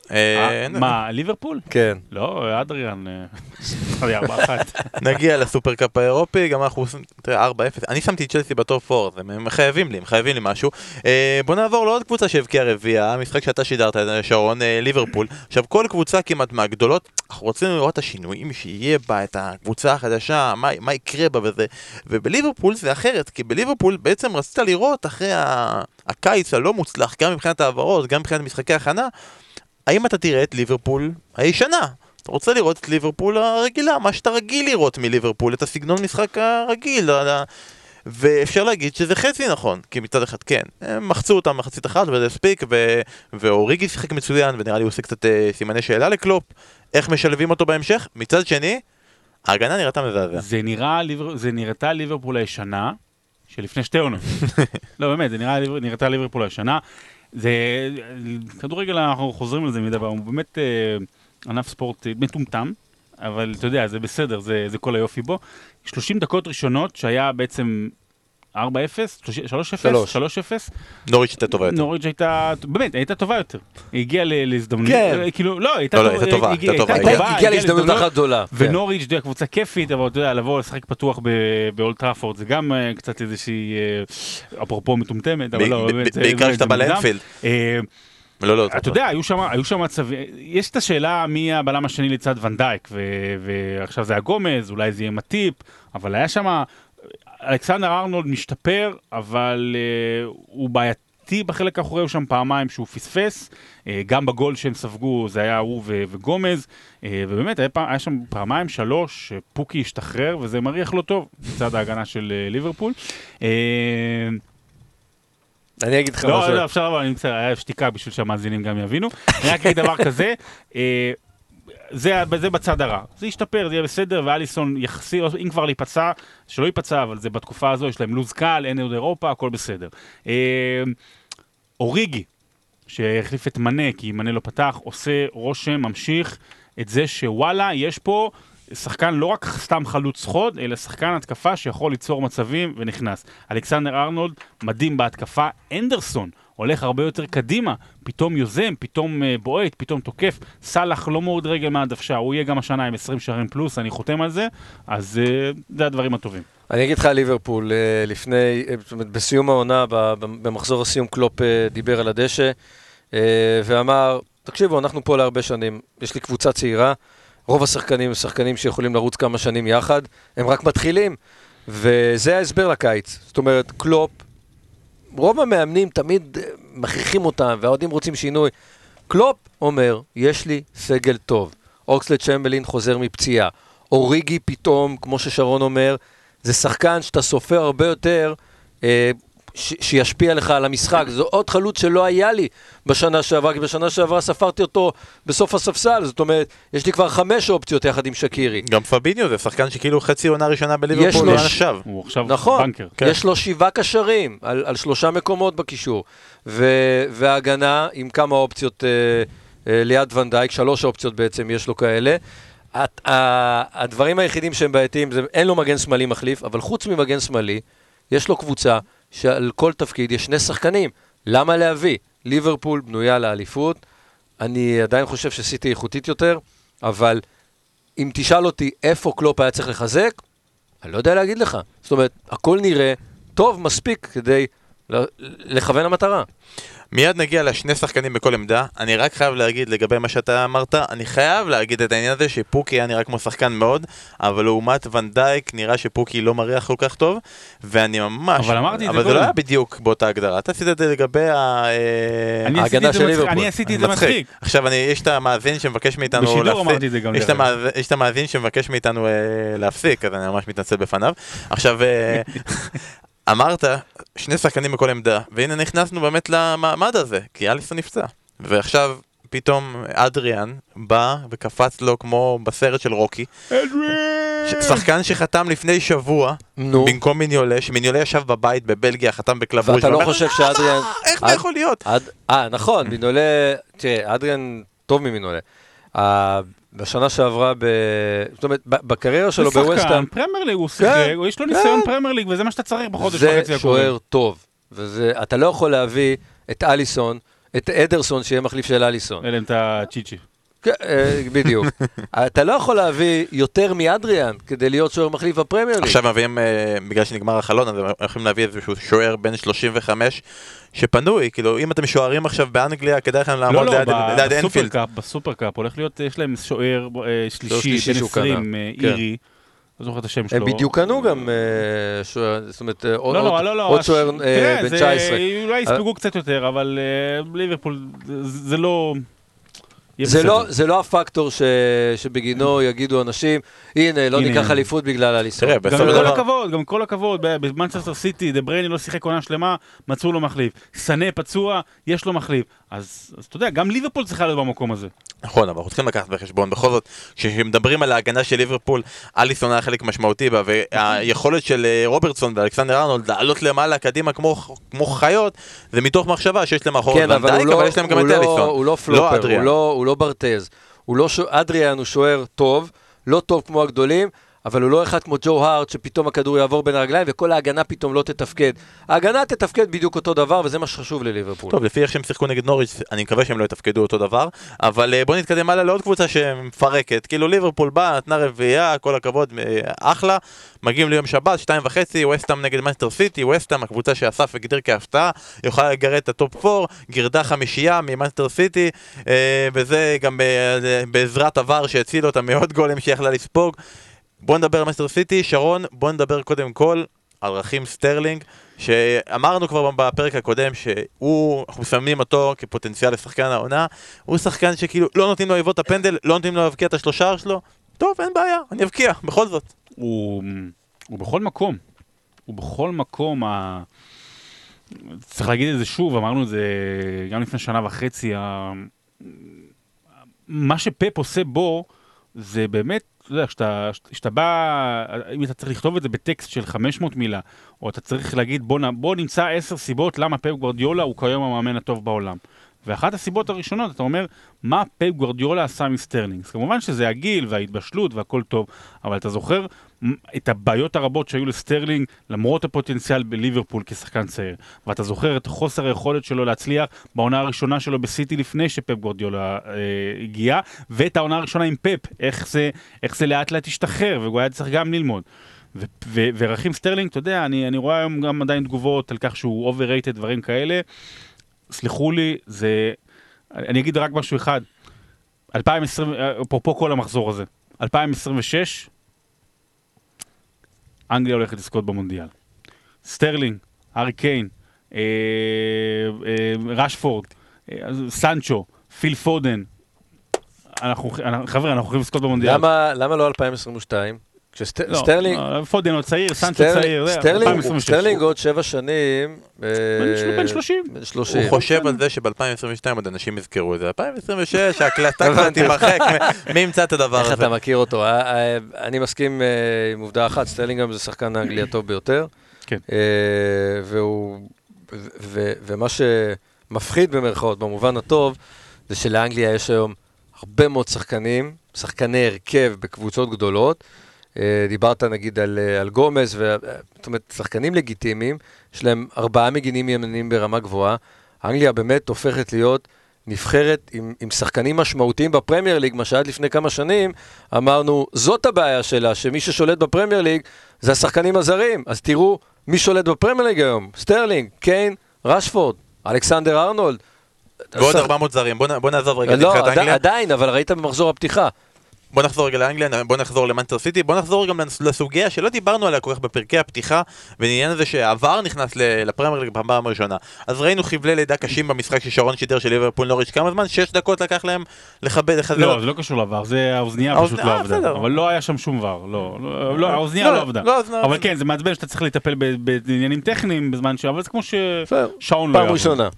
מה, ליברפול? כן. לא, אדריאן, ארבע אחת. נגיע לסופרקאפ האירופי, גם אנחנו עושים, תראה, ארבע אפס. אני שמתי את צ'לסי בטופ ארבע, הם חייבים לי, הם חייבים לי משהו. בוא נעבור לעוד קבוצה שהבקיעה רביעה, המשחק שאתה שידרת, שרון, ליברפול. עכשיו, כל קבוצה כמעט מהגדולות, אנחנו רוצים לראות את השינויים שיהיה בה, את הקבוצה החדשה, מה, מה יקרה בה וזה. ובליברפול זה אחרת, כי בליברפול בעצם רצית לראות אחרי הקיץ הלא מוצלח, גם מבחינת העברות, גם מבחינת משחקי הכנה, האם אתה תראה את ליברפול הישנה? אתה רוצה לראות את ליברפול הרגילה, מה שאתה רגיל לראות מליברפול, את הסגנון משחק הרגיל, ואפשר להגיד שזה חצי נכון, כי מצד אחד כן, הם מחצו אותם מחצית אחת וזה הספיק, ואוריגי שיחק מצוין, ונראה לי הוא עושה קצת סימני שאלה לקלופ, איך משלבים אותו בהמשך? מצד שני, ההגנה נראתה מזעזע. זה נראה, זה נראתה ליברפול הישנה, שלפני שתי עונות. לא באמת, זה נראתה ליברפול הישנה, זה, כדורגל אנחנו חוזרים על זה מדי פעם, הוא באמת אה, ענף ספורט מטומטם, אבל אתה יודע, זה בסדר, זה, זה כל היופי בו. שלושים דקות ראשונות שהיה בעצם ארבע אפס, שלוש אפס, שלוש אפס. נוריץ' הייתה טובה יותר. נוריץ' הייתה, באמת, הייתה טובה יותר. היא הגיעה להזדמנות, כן. כאילו, לא, הייתה לא, הייתה טובה, הייתה טובה. הגיעה להזדמנות אחת גדולה. ונוריץ', אתה יודע, קבוצה כיפית, אבל אתה יודע, לבוא לשחק פתוח באולד טראפורד, זה גם קצת איזושהי, אפרופו מטומטמת, אבל לא, באמת. בעיקר שאתה בא לאנפילד. לא, לא, אתה יודע, היו שם, היו שם מצבים, יש את השאלה מי הבלם השני לצד ונדייק, ועכשיו זה הגומז, אולי זה יהיה מטיפ, אבל היה שם, אלכסנדר ארנולד משתפר, אבל הוא בעייתי בחלק האחורי, הוא שם פעמיים שהוא פספס, גם בגול שהם ספגו זה היה הוא וגומז, ובאמת היה שם פעמיים שלוש, פוקי השתחרר, וזה מריח לא טוב, מצד ההגנה של ליברפול. אני אגיד לך משהו. לא, לא, אפשר לבוא, אני מצטער, היה שתיקה בשביל שהמאזינים גם יבינו. אני רק אגיד דבר כזה, זה בצד הרע. זה ישתפר, זה יהיה בסדר, ואליסון יחסי, אם כבר להיפצע, שלא ייפצע, אבל זה בתקופה הזו, יש להם לוז קל, אין עוד אירופה, הכל בסדר. אוריגי, שהחליף את מנה, כי מנה לא פתח, עושה רושם, ממשיך את זה שוואלה, יש פה שחקן לא רק סתם חלוץ חוד, אלא שחקן התקפה שיכול ליצור מצבים ונכנס. אלכסנדר ארנולד מדהים בהתקפה, אנדרסון הולך הרבה יותר קדימה, פתאום יוזם, פתאום בועט, פתאום תוקף, סלח לא מורד רגל מהדוושה, הוא יהיה גם השנה עם עשרים שערים פלוס, אני חותם על זה, אז זה הדברים הטובים. אני אגיד לך ליברפול, לפני, בסיום העונה, במחזור הסיום קלופ דיבר על הדשא, ואמר, תקשיבו, אנחנו פה להרבה שנים, יש לי קבוצה צעירה, רוב השחקנים הם שחקנים שיכולים לרוץ כמה שנים יחד, הם רק מתחילים, וזה ההסבר לקיץ. זאת אומרת, קלופ, רוב המאמנים תמיד מכריחים אותם, והאוהדים רוצים שינוי. קלופ אומר, יש לי סגל טוב. אוקסלד צ'מברלין חוזר מפציעה. אוריגי פתאום, כמו ששרון אומר, זה שחקן שאתה סופר הרבה יותר, אה, ש- שישפיע לך על המשחק. זו עוד חלוץ שלא היה לי בשנה שעברה, כי בשנה שעברה ספרתי אותו בסוף הספסל, זאת אומרת, יש לי כבר חמש אופציות יחד עם שקירי. גם פביניו זה שחקן שכאילו חצי עונה ראשונה בליברפול, לא עכשיו. הוא עכשיו נכון, בנקר. כן. יש לו שבעה קשרים על, על שלושה מקומות בקישור, ו- וההגנה עם כמה אופציות אה, אה, ליד ונדייק, שלוש אופציות בעצם יש לו כאלה. הת- ה- הדברים היחידים שהם בעייתיים, זה, אין לו מגן שמאלי מחליף, אבל חוץ ממגן שמאלי, יש לו קבוצה שעל כל תפקיד יש שני שחקנים. למה להביא? ליברפול בנויה לאליפות, אני עדיין חושב שסיטי איכותית יותר, אבל אם תשאל אותי איפה קלופ היה צריך לחזק, אני לא יודע להגיד לך. זאת אומרת, הכל נראה טוב מספיק כדי לכוון המטרה. מיד נגיע לשני שחקנים בכל עמדה. אני רק חייב להגיד לגבי מה שאתה אמרת, אני חייב להגיד את העניין הזה שפוקי היה נראה כמו שחקן מאוד, אבל לעומת ונדייק נראה שפוקי לא מריח כל כך טוב, ואני ממש... אבל אמרתי את זה אבל זה לא היה בדיוק באותה הגדרה. אתה עשית את זה לגבי ההגנה של ליברפול. אני עשיתי את זה מצחיק. עכשיו, יש את המאזין שמבקש מאיתנו להפסיק. בשידור אמרתי את זה גם. יש את המאזין שמבקש מאיתנו להפסיק, אז אני ממש מתנצל בפניו. עכשיו... אמרת, שני שחקנים בכל עמדה, והנה נכנסנו באמת למעמד הזה, כי אליסון נפצע. ועכשיו פתאום אדריאן בא וקפץ לו כמו בסרט של רוקי. אדריאן! שחקן שחתם לפני שבוע, במקום מיניולה, שמיניולה ישב בבית בבלגיה, חתם בקלב רוש. ואתה לא חושב שאדריאן... איך זה יכול להיות? אה, נכון, מיניולה... תראה, אדריאן טוב ממיניולה. בשנה שעברה, זאת אומרת, בקריירה שלו בווסטהאם... הוא שחקן פרמייר ליג, הוא שיחק, יש לו ניסיון פרמייר ליג, וזה מה שאתה צריך בחודש וחצי הקרובים. זה שוער טוב, ואתה לא יכול להביא את אליסון, את אדרסון שיהיה מחליף של אליסון. אלא את הצ'יצ'י. בדיוק. אתה לא יכול להביא יותר מאדריאן כדי להיות שוער מחליף בפרמייר ליג. עכשיו מביאים, בגלל שנגמר החלון, אז יכולים להביא איזשהו שוער בין שלושים וחמש שפנוי, כאילו אם אתם שוערים עכשיו באנגליה, כדאי לכם לעמוד ליד אנפילד. בסופרקאפ הולך להיות, יש להם שוער שלישי בין עשרים, אירי. לא זוכר את השם שלו. הם בדיוק קנו גם שוער, זאת אומרת, עוד שוער בן תשע עשרה. אולי יספגו קצת יותר, אבל ליברפול זה לא... זה לא, זה לא הפקטור ש... שבגינו יגידו אנשים, הנה, לא ניקח אליפות בגלל אליסון. גם כל הכבוד, גם כל הכבוד, במנצ'סטר סיטי, דה בריינה לא שיחק עונה שלמה, מצאו לו מחליף. סנה פצוע, יש לו מחליף. אז, אז אתה יודע, גם ליברפול צריכה להיות במקום הזה. נכון, אבל אנחנו צריכים לקחת בחשבון. בכל זאת, כשמדברים על ההגנה של ליברפול, אליסון היה חלק משמעותי בה, והיכולת של רוברטסון ואלכסנדר ארנולד לעלות למעלה קדימה כמו, כמו חיות, זה מתוך מחשבה שיש להם אחורת ונדייק, אבל, אבל יש להם גם את אליסון. הוא לא פלופר, הוא לא, הוא לא ברטז. הוא לא, אדריאן הוא שוער טוב, לא טוב כמו הגדולים, אבל הוא לא אחד כמו ג'ו הארט, שפתאום הכדור יעבור בין הרגליים, וכל ההגנה פתאום לא תתפקד. ההגנה תתפקד בדיוק אותו דבר, וזה מה שחשוב לליברפול. טוב, לפי איך שהם שיחקו נגד נוריץ', אני מקווה שהם לא יתפקדו אותו דבר, אבל בוא נתקדם הלאה לעוד קבוצה שמפרקת. כאילו ליברפול באה, נתנה רביעייה, כל הכבוד, אחלה. מגיעים ליום שבת, שתיים וחצי, ווסטהאם נגד מנצ'סטר סיטי, ווסטהאם, הקבוצה שאסף הגדיר כהפתעה, יכולה לגרד את הטופ ארבע, גירדה חמישייה ממנצ'סטר סיטי, וזה גם בעזרת עבר שהציל אותה מעוד גולים שיכלה לספוג. בוא נדבר על מנצ'סטר סיטי, שרון, בוא נדבר קודם כל על רכים סטרלינג, שאמרנו כבר בפרק הקודם שהוא, אנחנו מסמנים אותו כפוטנציאל לשחקן העונה, הוא שחקן שכאילו לא נותנים לו לבעוט את הפנדל, לא נותנים לו להבקיע את השלושה שלו, טוב, אין בעיה, אני אבקיע, בכל זאת. הוא, הוא בכל מקום, הוא בכל מקום, ה... צריך להגיד את זה שוב, אמרנו את זה גם לפני שנה וחצי, ה... מה שפפ עושה בו, זה באמת, אתה יודע, כשאתה, כשאתה בא, אם אתה צריך לכתוב את זה בטקסט של חמש מאות מילה, או אתה צריך להגיד, בוא, בוא נמצא עשר סיבות למה פפ גוארדיולה הוא כיום המאמן הטוב בעולם. ואחת הסיבות הראשונות, אתה אומר, מה פפ גוארדיולה עשה מסטרלינג? אז כמובן שזה הגיל וההתבשלות והכל טוב, אבל אתה זוכר את הבעיות הרבות שהיו לסטרלינג, למרות הפוטנציאל בליברפול כשחקן צעיר. ואתה זוכר את חוסר היכולת שלו להצליח בעונה הראשונה שלו בסיטי לפני שפפ גוארדיולה אה, הגיע, ואת העונה הראשונה עם פפ, איך זה, איך זה לאט לאט השתחרר, והוא היה צריך גם ללמוד. ו- ו- ורכים סטרלינג, אתה יודע, אני, אני רואה היום גם עדיין תגובות על כך שהוא overrated, דברים כאלה. סליחו לי, זה... אני אגיד רק משהו אחד. אלפיים ועשרים, פה כל המחזור הזה. אלפיים עשרים ושש, אנגליה הולכת לזכות במונדיאל. סטרלינג, הארי קיין, אה, אה, רשפורד, אה, סנצ'ו, פיל פודן. אנחנו, חבר'ה, אנחנו הולכים לזכות במונדיאל. למה, למה לא אלפיים עשרים ושתיים? כשסטרלינג... לא, פודן עוד צעיר, סנצ'ו צעיר. סטרלינג עוד שבע שנים... בן שלושים. הוא חושב על זה שב-אלפיים עשרים ושתיים עוד אנשים יזכרו את זה. אלפיים עשרים ושש, ההקלטה כבר תימחק. מי ימצא את הדבר הזה? איך אתה מכיר אותו? אני מסכים עם עובדה אחת, סטרלינג גם זה שחקן האנגלי הטוב ביותר. כן. ומה שמפחיד במרכאות, במובן הטוב, זה שלאנגליה יש היום הרבה מאוד שחקנים, שחקני הרכב בקבוצות גדולות. דיברת נגיד על, על גומס, זאת אומרת, שחקנים לגיטימיים, יש להם ארבעה מגינים ימניים ברמה גבוהה. אנגליה באמת הופכת להיות נבחרת עם, עם שחקנים משמעותיים בפרמייר ליג, מה שעד לפני כמה שנים אמרנו, זאת הבעיה שלה, שמי ששולט בפרמייר ליג זה השחקנים הזרים. אז תראו מי שולט בפרמייר ליג היום, סטרלינג, קיין, רשפורד, אלכסנדר ארנולד. ועוד ארבע מאות זרים, בוא, בוא נעזוב רגע לא, נבחרת אנגליה. עדיין, אבל ראית במחזור הפתיחה. בוא נחזור רגע לאנגליה, בוא נחזור למנצ'סטר סיטי, בוא נחזור גם לסוגיה שלא דיברנו עליה כל כך בפרקי הפתיחה, ועניין הזה שהעבר נכנס לפרמייר ליג בפעם הראשונה. אז ראינו חבלי לידה קשים במשחק ששרון שידר של ליברפול נוריץ' כמה זמן? שש דקות לקח להם לכבד אחד. לא, זה לא קשור לעבר, זה האוזנייה פשוט לא עבדה. אבל לא היה שם שום ור, לא, האוזנייה לא עבדה. אבל כן, זה מעצבן שאתה צריך לטפל בעניינים טכניים בזמן ש... אבל זה כמו ששעון לא יעבוד.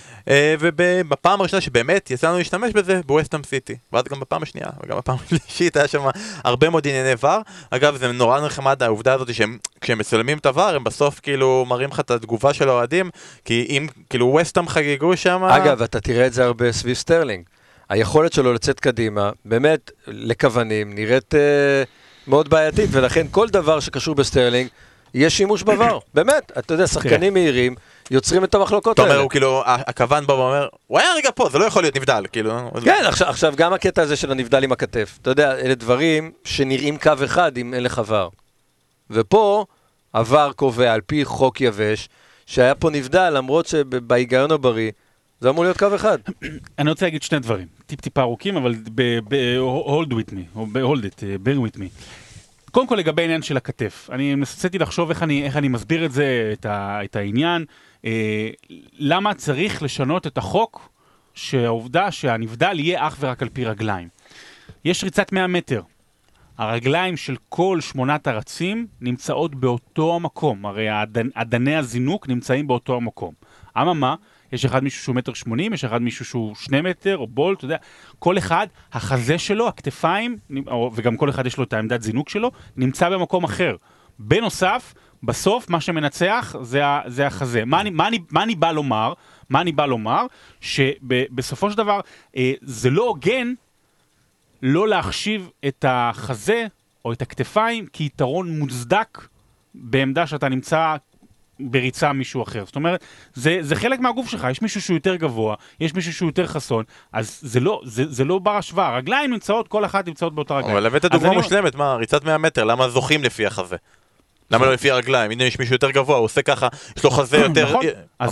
ובפעם הראשונה שבאמת יצאנו להשתמש בזה בווסטהאם סיטי, ואז גם בפעם השנייה וגם בפעם השלישית היה שם הרבה מאוד ענייני ור. אגב, זה נורא נחמד העובדה הזאת שכשהם מצלמים את הוור, הם בסוף כאילו מראים לך את התגובה של האוהדים, כי אם כאילו ווסטהאם חגגו שם... אגב, אתה תראה את זה הרבה סביב סטרלינג. היכולת שלו לצאת קדימה, באמת לכוונים, נראית מאוד בעייתית, ולכן כל דבר שקשור בסטרלינג, יש שימוש בוור. באמת, אתה יודע, שחקנים מהירים, יוצרים את המחלוקות האלה. אתה אומר, הוא כאילו, הכוון בא ואומר, הוא היה רגע פה, זה לא יכול להיות נבדל, כאילו. כן, עכשיו גם הקטע הזה של הנבדל עם הכתף. אתה יודע, אלה דברים שנראים קו אחד אם אין לך ור. ופה, הוור קובע על פי חוק יבש, שהיה פה נבדל, למרות שבהיגיון הבריא, זה אמור להיות קו אחד. אני רוצה להגיד שני דברים, טיפ-טיפה ארוכים, אבל ב-hold with me, או ב-hold it, bear with me. קודם כל לגבי העניין של הכתף, אני נסציתי לחשוב איך אני, איך אני מסביר את זה, את, ה, את העניין, אה, למה צריך לשנות את החוק שהעובדה שהנבדל יהיה אך ורק על פי רגליים. יש ריצת מאה מטר, הרגליים של כל שמונת הרצים נמצאות באותו המקום, הרי עדני הזינוק נמצאים באותו המקום. אממה, יש אחד מישהו שהוא מטר שמונים, יש אחד מישהו שהוא שני מטר, או בול, אתה יודע, כל אחד, החזה שלו, הכתפיים, וגם כל אחד יש לו את העמדת זינוק שלו, נמצא במקום אחר. בנוסף, בסוף, מה שמנצח זה, זה החזה. מה אני, מה אני, מה אני בא לומר? מה אני בא לומר? שבסופו של דבר, זה לא הוגן לא להחשיב את החזה או את הכתפיים כיתרון מוצדק בעמדה שאתה נמצא בריצה מישהו אחר. זאת אומרת, זה, זה חלק מהגוף שלך, יש מישהו שהוא יותר גבוה, יש מישהו שהוא יותר חסון, אז זה לא, זה, זה לא בר השוואה. הרגליים נמצאות, כל אחת נמצאות באותה רגליים. אבל הבאת דוגמה מושלמת, מה, ריצת מאה מטר, למה זוכים לפי החזה? למה לא לפי הרגליים? הנה יש מישהו יותר גבוה, הוא עושה ככה, יש לו חזה יותר... נכון.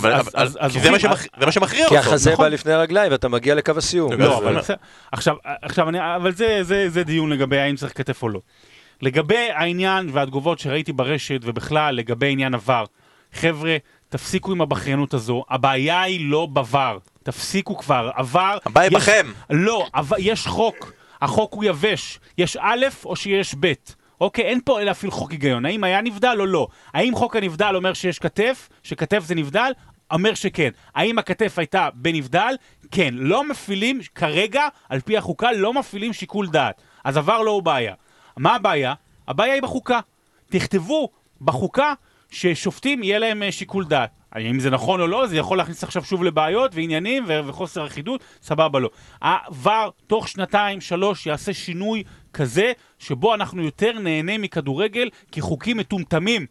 כי זה מה שמכריע אותו. כי החזה בא לפני הרגליים ואתה מגיע לקו הסיום. לא, אבל עכשיו, אבל זה דיון לגבי האם צריך כתף או לא. לגבי העניין והתגובות שראיתי ברשת ובכלל לגבי עניין עבר, חבר'ה, תפסיקו עם הבחיינות הזו, הבעיה היא לא בעבר, תפסיקו כבר, עבר... הבעיה היא בכם. לא, יש חוק, החוק הוא יבש, יש א' או שיש ב', אוקיי, אין פה אלא אפילו חוק היגיון, האם היה נבדל או לא, האם חוק הנבדל אומר שיש כתף, שכתף זה נבדל, אומר שכן, האם הכתף הייתה בנבדל, כן, לא מפעילים כרגע, על פי החוקה, לא מפעילים שיקול דעת, אז עבר לא הוא בעיה. מה הבעיה? הבעיה היא בחוקה. תכתבו בחוקה ששופטים יהיה להם שיקול דעת. אם זה נכון או לא, זה יכול להכניס עכשיו שוב לבעיות ועניינים ו- וחוסר אחידות, סבבה לא. העבר תוך שנתיים, שלוש, יעשה שינוי כזה, שבו אנחנו יותר נהנה מכדורגל, כי חוקים מטומטמים,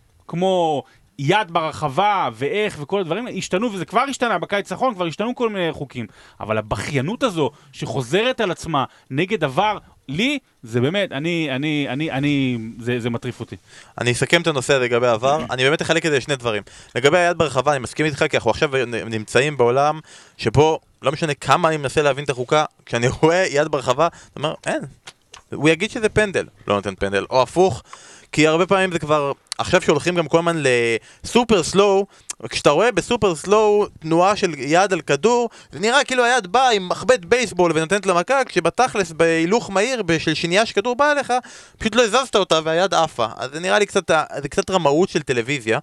כמו יד ברחבה ואיך וכל הדברים, השתנו, וזה כבר השתנה, בקיץ האחרון כבר השתנו כל מיני חוקים. אבל הבחיינות הזו, שחוזרת על עצמה נגד עבר, לי, זה באמת, אני, אני, אני, אני, זה, זה מטריף אותי. אני אסכם את הנושא לגבי העבר, אני באמת אחלק את זה לשני דברים. לגבי היד ברחבה, אני מסכים איתך, כי אנחנו עכשיו נמצאים בעולם שבו, לא משנה כמה אני מנסה להבין את החוקה, כשאני רואה יד ברחבה, אני אומר, אין, הוא יגיד שזה פנדל, לא נותן פנדל, או הפוך, כי הרבה פעמים זה כבר, עכשיו שהולכים גם כל הזמן לסופר סלואו, כשאתה רואה בסופר סלואו תנועה של יד על כדור, זה נראה כאילו היד באה עם מחבט בייסבול ונותנת למכה, כשבתכלס בהילוך מהיר של שנייה שכדור בא אליך, פשוט לא הזזת אותה והיד עפה. אז זה נראה לי קצת, זה קצת רמאות של טלוויזיה.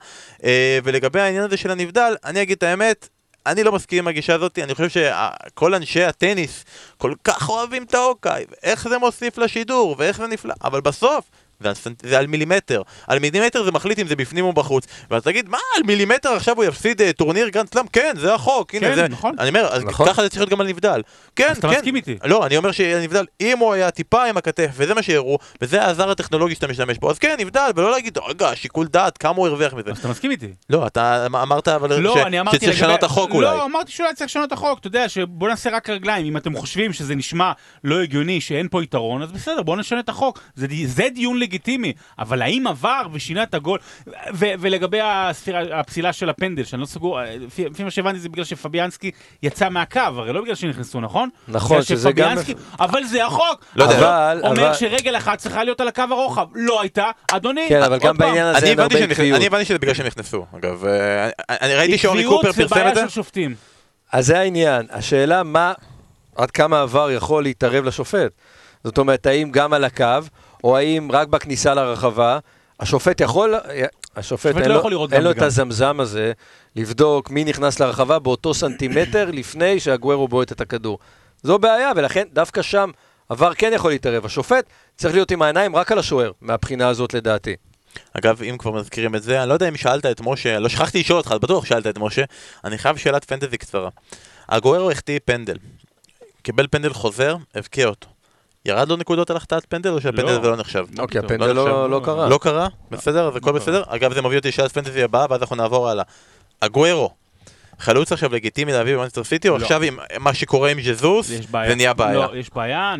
ולגבי העניין הזה של הנבדל, אני אגיד את האמת, אני לא מסכים עם הגישה הזאת, אני חושב שכל אנשי הטניס כל כך אוהבים את האוקיי, ואיך זה מוסיף לשידור, ואיך זה נפלא, אבל בסוף, זה, זה על מילימטר. על מילימטר זה מחליט אם זה בפנים או בחוץ. ואז תגיד, מה, על מילימטר עכשיו הוא יפסיד uh, טורניר גרנד סלאם? כן, זה החוק. הנה, כן, זה... נכון. אני אומר, אז נכון. ככה זה צריך להיות גם על נבדל. כן, אז אתה כן. מסכים איתי. לא, אני אומר שנבדל, אם הוא היה טיפה עם הכתף, וזה מה שיראו, וזה העזר הטכנולוגי שאתה משתמש בו, אז כן, נבדל, ולא להגיד, רגע, שיקול דעת, כמה הוא הרוויח מזה. אז אתה מסכים איתי. לא, אתה אמרת, אבל לא, ש... אני אמרתי שצריך לגבי... לשנות החוק אולי. לא, אמרתי שאולי צריך לשנות החוק, אתה יודע, שבוא נעשה רק רגליים, אם אתם חושבים שזה נשמע לא הגיוני, שאין פה יתרון, אז בסדר, בוא נשנה את החוק. זה, זה דיון לגיטימי, אבל האם עבר ושינה את הגול, ו- ולגבי הספירה, הפסילה של הפנדל, שאני לא סגור, לפי מה שהבנתי זה בגלל שפביאנסקי יצא מהקו, הרי לא בגלל שנכנסו, נכון? נכון, שזה גם... אבל זה החוק, לא יודע, אבל, אומר אבל... שרגל אחת צריכה להיות על הקו הרוחב, לא הייתה, אדוני, כן, אבל גם בעניין הזה אין הרבה עקביות. אני הבנתי שזה בגלל שהם נכנסו, אגב, אני ראיתי שאורי קופר פרסם את זה. עקביות זה בעיה של שופטים. אז זה העניין, השאלה מה, עד כמה עבר יכול להתערב לשופט. זאת אומרת, האם גם על הקו, או האם רק בכניסה לרחבה, השופט יכול, השופט אין, לא לו, אין לו את הזמזם הזה, לבדוק מי נכנס לרחבה באותו סנטימטר לפני שהגוארו בועט את הכדור. זו בעיה, ולכן דווקא שם עבר כן יכול להתערב. השופט צריך להיות עם העיניים רק על השוער, מהבחינה הזאת לדעתי. אגב, אם כבר מזכירים את זה, אני לא יודע אם שאלת את משה, לא שכחתי לשאול אותך, בטוח שאלת את משה, אני חייב שאלת פנטזי קצרה. הגוארו החטיא פנדל, קיבל פנדל חוזר, הבקיע אותו. ירד לו נקודות על החטאת פנדל או שהפנדל הזה לא נחשב? אוקיי, הפנדל לא קרה. לא קרה? בסדר, אז הכל בסדר. אגב, זה מביא אותי שאלת פנטזי הבאה, ואז אנחנו נעבור הלאה. הגוארו, חלוץ עכשיו לגיטימי להביא במנצ'סטר סיטי, או עכשיו עם מה שקורה עם ז'זוס, זה נהיה בעיה? לא, יש בעיה,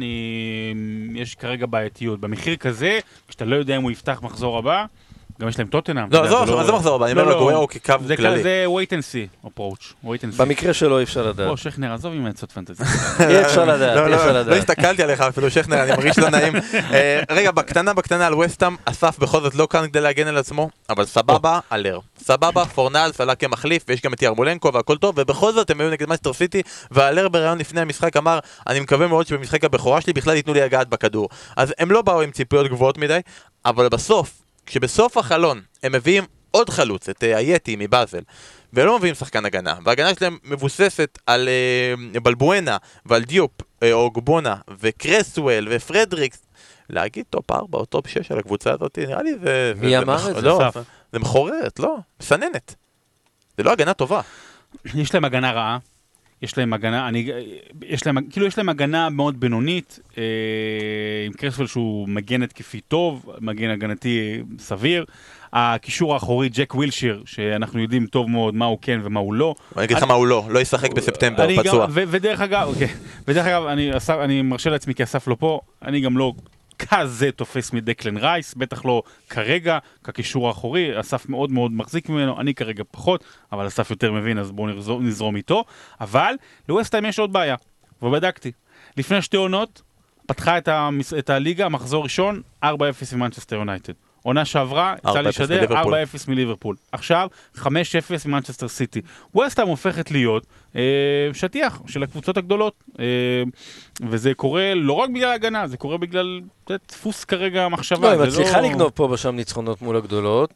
יש כרגע בעייתיות. במחיר כזה, כשאתה לא יודע אם הוא יפתח מחזור הבא, גם יש להם טוטנהאם. לא, זה מחזור הבא, אני אומר לגוארו כקו כללי. זה wait and see approach. במקרה שלו אי אפשר לדעת. בוא, שכנר, עזוב עם העצות פנטזי. אי אפשר לדעת, אי אפשר לדעת. לא הסתכלתי עליך אפילו, שכנר, אני מרגיש לא נעים. רגע, בקטנה, בקטנה על וסטהאם, אסף בכל זאת לא כאן כדי להגן על עצמו, אבל סבבה, אלר. סבבה, פורנל, סלה כמחליף, ויש גם את ירמולנקו והכל טוב, ובכל זאת הם היו נגד מנצ'סטר סיטי, והאלר בראיון לפני המשחק אמר, אני מקווה מאוד שבמשחק הבכורה שלי בכלל ייתנו לי הגעת בכדור. אז הם לא באו עם ציפיות גבוהות מדי, אבל בסוף, כשבסוף החלון הם מביאים עוד חלוץ, את היאטי מבאזל, ולא מביאים שחקן הגנה, וההגנה שלהם מבוססת על uh, בלבואנה ועל דיופ, uh, או גבונה, וקרסואל ופרדריקס, להגיד טופ ארבע או טופ שש על הקבוצה הזאת, נראה לי זה... מי זה, אמר זה, את זה? לא, זה, זה מחוררת, לא, מסננת. זה לא הגנה טובה. יש להם הגנה רעה, יש להם הגנה, אני, יש להם, כאילו יש להם הגנה מאוד בינונית, אה, עם קרסוול שהוא מגן התקפי טוב, מגן הגנתי סביר. הקישור האחורי, ג'ק ווילשיר, שאנחנו יודעים טוב מאוד מה הוא כן ומה הוא לא. אני אגיד לך מה הוא לא, לא ישחק בספטמבר, פצוע. ודרך אגב, אוקיי, ודרך אגב, אני מרשה לעצמי כי אסף לא פה, אני גם לא כזה תופס מדקלן רייס, בטח לא כרגע, כקישור האחורי, אסף מאוד מאוד מחזיק ממנו, אני כרגע פחות, אבל אסף יותר מבין, אז בואו נזרום איתו. אבל לווסטהאם יש עוד בעיה, ובדקתי. לפני שתי עונות, פתחה את הליגה, מחזור ראשון, ארבע אפס ממנצ'סטר יונייטד. עונה שעברה, יצא לשדר ארבע אפס מליברפול. עכשיו, חמש אפס ממנצ'סטר סיטי. ווסטהאם הופכת להיות אה, שטיח של הקבוצות הגדולות. אה, וזה קורה לא רק בגלל ההגנה, זה קורה בגלל דפוס כרגע המחשבה. לא, היא מצליחה לגנוב פה ושם ניצחונות מול הגדולות.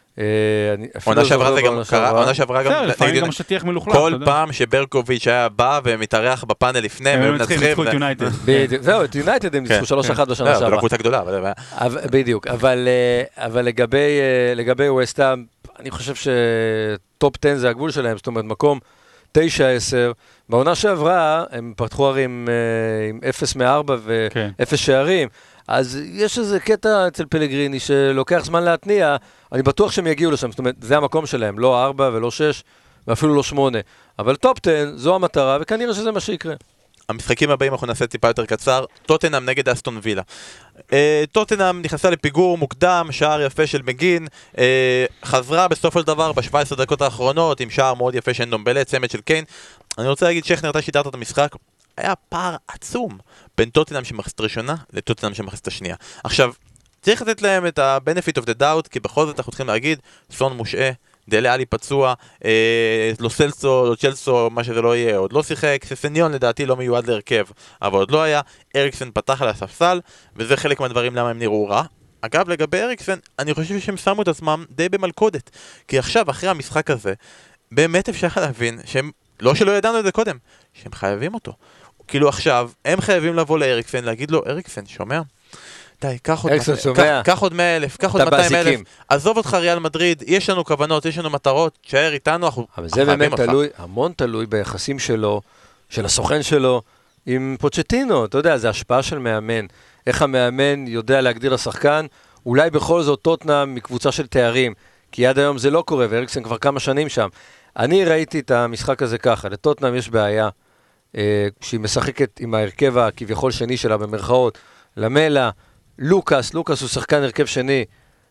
עונה שעברה זה גם קרה, עונה שעברה גם, לפעמים גם שטיח מלוכלך. כל פעם שברקוביץ' היה בא ומתארח בפאנל לפני, הם ניצחו את יונייטד. זהו, את יונייטד הם ניצחו שלוש אחת בשנה שעברה. זה לא קבוצה גדולה, אבל... בדיוק, אבל לגבי ווסטהאם, אני חושב שטופ עשר זה הגבול שלהם, זאת אומרת, מקום תשע עשר, בעונה שעברה הם פתחו הרי עם אפס מארבע ו-אפס שערים, אז יש איזה קטע אצל פלגריני שלוקח זמן להתניע, אני בטוח שהם יגיעו לשם, זאת אומרת, זה המקום שלהם, לא ארבע ולא שש, ואפילו לא שמונה. אבל טופ עשר, זו המטרה, וכנראה שזה מה שיקרה. המשחקים הבאים אנחנו נעשה טיפה יותר קצר, טוטנהאם נגד אסטון וילה. טוטנהאם נכנסה לפיגור מוקדם, שער יפה של מגין, חזרה בסופו של דבר ב-שבע עשרה דקות האחרונות, עם שער מאוד יפה של נומבלה, צמד של קיין. אני רוצה להגיד, שכנר, אתה שידרת את המשחק, היה פער עצום בין טוטנהאם שמחצית ראשונה לטוטנהאם שמחצית השנייה. עכשיו, צריך לתת להם את ה-benefit of the doubt, כי בכל זאת אנחנו צריכים להגיד, סון מושעה, דלה עלי פצוע, אה, לא סלסו, לא צ'לסו, מה שזה לא יהיה, עוד לא שיחק, ססניון לדעתי לא מיועד להרכב, אבל עוד לא היה, אריקסן פתח על הספסל, וזה חלק מהדברים למה הם נראו רע. אגב, לגבי אריקסן, אני חושב שהם שמו את עצמם די במלכודת, כי עכשיו, אחרי המשחק הזה, באמת אפשר להבין שהם, לא שלא ידענו את זה קודם, שהם חייבים אותו. כאילו עכשיו, הם חייבים לבוא לאריקסן, להגיד לו, אריקסן, שומע? די, קח עוד מאה אלף, קח עוד מאתיים אלף, עזוב אותך ריאל מדריד, יש לנו כוונות, יש לנו מטרות, תשאר איתנו, אנחנו חייבים אותך. אבל זה באמת תלוי, המון תלוי ביחסים שלו, של הסוכן שלו, עם פוצ'טינו, אתה יודע, זה השפעה של מאמן, איך המאמן יודע להגדיר לשחקן, אולי בכל זאת טוטנהאם מקבוצה של תארים, כי עד היום זה לא קורה, ואריקסן כבר כמה שנים שם. אני ראיתי את המשחק הזה ככה, לטוטנהאם יש בעיה, שהיא משחקת עם ההרכב הכביכול שני שלה במרכאות, למלה, לוקאס, לוקאס הוא שחקן הרכב שני,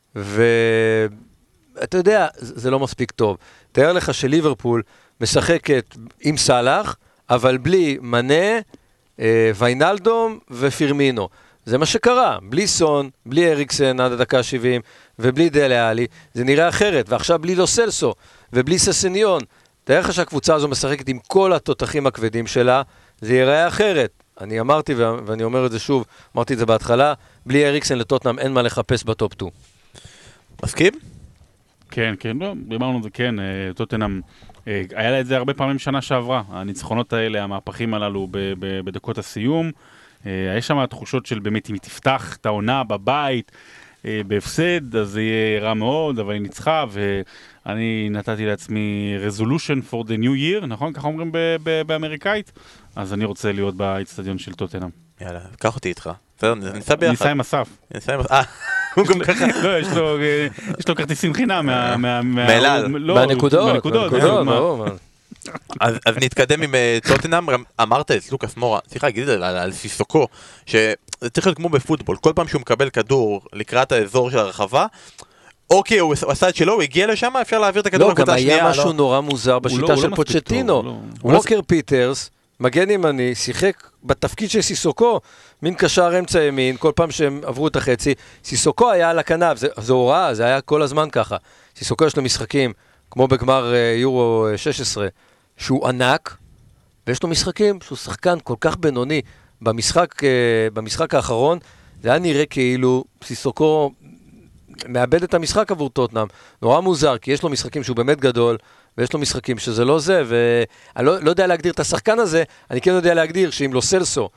ואתה יודע, זה לא מספיק טוב. תאר לך שליברפול משחקת עם סלאח, אבל בלי מנה, ויינלדום ופירמינו. זה מה שקרה, בלי סון, בלי אריקסן עד הדקה שבעים, ובלי דלה עלי, זה נראה אחרת, ועכשיו בלי לו סלסו, ובלי ססניון. תאר לך שהקבוצה הזו משחקת עם כל התותחים הכבדים שלה, זה ייראה אחרת. אני אמרתי, ואני אומר את זה שוב, אמרתי את זה בהתחלה, בלי אריקסן לטוטנהאם אין מה לחפש בטופ שתיים. מסכים? כן, כן, לא, אמרנו את זה, כן, טוטנהאם, היה לה את זה הרבה פעמים שנה שעברה, הניצחונות האלה, המהפכים הללו בדקות הסיום, יש שם תחושות של באמת אם היא תפתח את העונה בבית, בהפסד, אז זה יהיה רע מאוד, אבל היא ניצחה, ואני נתתי לעצמי resolution for the new year, נכון? ככה אומרים באמריקאית? אז אני רוצה להיות באצטדיון של טוטנהאם. יאללה, קח אותי איתך. בסדר, ניסה ביחד. ניסה עם אסף. ניסה עם אסף. אה, הוא גם ככה. לא, יש לו כרטיסים חינם. מאלעל. בנקודות. בנקודות, ברור. אז נתקדם עם טוטנהאם, אמרת את לוקאס מורה, צריך להגיד על סיסוקו, שזה צריך להיות כמו בפוטבול, כל פעם שהוא מקבל כדור לקראת האזור של הרחבה, אוקיי, הוא עשה את שלו, הוא הגיע לשם, אפשר להעביר את הכדור לקבוצה השנייה. לא, גם היה משהו נורא מוזר בשיטה של פוצ'טינו. ווקר פיטרס, מגן ימני, שיחק בתפקיד של סיסוקו, מין קשר אמצע ימין, כל פעם שהם עברו את החצי, סיסוקו היה על הכנף, זו הוראה, זה היה כל הזמן ככה. סיסוקו יש לו משחקים, כמו בגמר יורו שש עשרה, שהוא ענק, ויש לו משחקים שהוא שחקן כל כך בינוני. במשחק, במשחק האחרון, זה היה נראה כאילו סיסוקו מאבד את המשחק עבור טוטנהאם. נורא מוזר, כי יש לו משחקים שהוא באמת גדול, ויש לו משחקים שזה לא זה, ואני לא, לא יודע להגדיר את השחקן הזה, אני כן יודע להגדיר שאם לא סלסו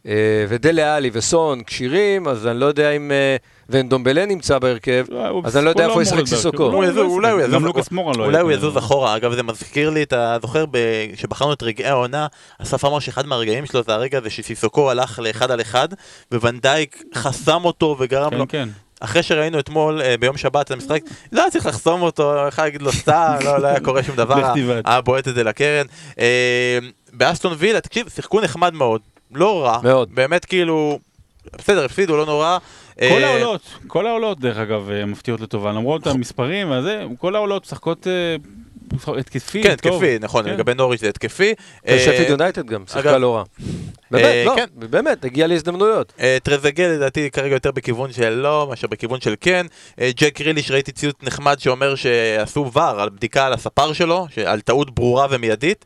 ודלה אלי וסון קשירים, אז אני לא יודע אם ונדומבלה נמצא בהרכב, אז אני לא יודע איפה ישחק סיסוקו. אולי הוא יזוז אחורה. אגב, זה מזכיר לי, אתה זוכר שבחרנו את רגעי העונה, אסף אמר שאחד מהרגעים שלו זה הרגע הזה שסיסוקו הלך לאחד על אחד, וונדייק חסם אותו וגרם לו. אחרי שראינו אתמול ביום שבת המשחק, לא היה צריך לחסום אותו, אחד להגיד לו סתם, לא היה קורה שום דבר, היה בועט את זה לקרן. באסטון וילה, תקשיב, שיחקו נחמד מאוד, לא רע, באמת כאילו, בסדר, הפסידו, לא נורא. כל העולות, כל העולות דרך אגב מפתיעות לטובה, למרות המספרים וזה, כל העולות משחקות התקפי. כן, התקפי, נכון, לגבי נוריץ' זה התקפי. שפיד יונייטד גם, שיחקה לא רע. באמת, לא, באמת, הגיע להזדמנויות. טרזגל לדעתי כרגע יותר בכיוון של לא, מאשר בכיוון של כן. ג'ק ריליש, ראיתי ציוט נחמד שאומר שעשו ור על בדיקה על הספר שלו, על טעות ברורה ומיידית.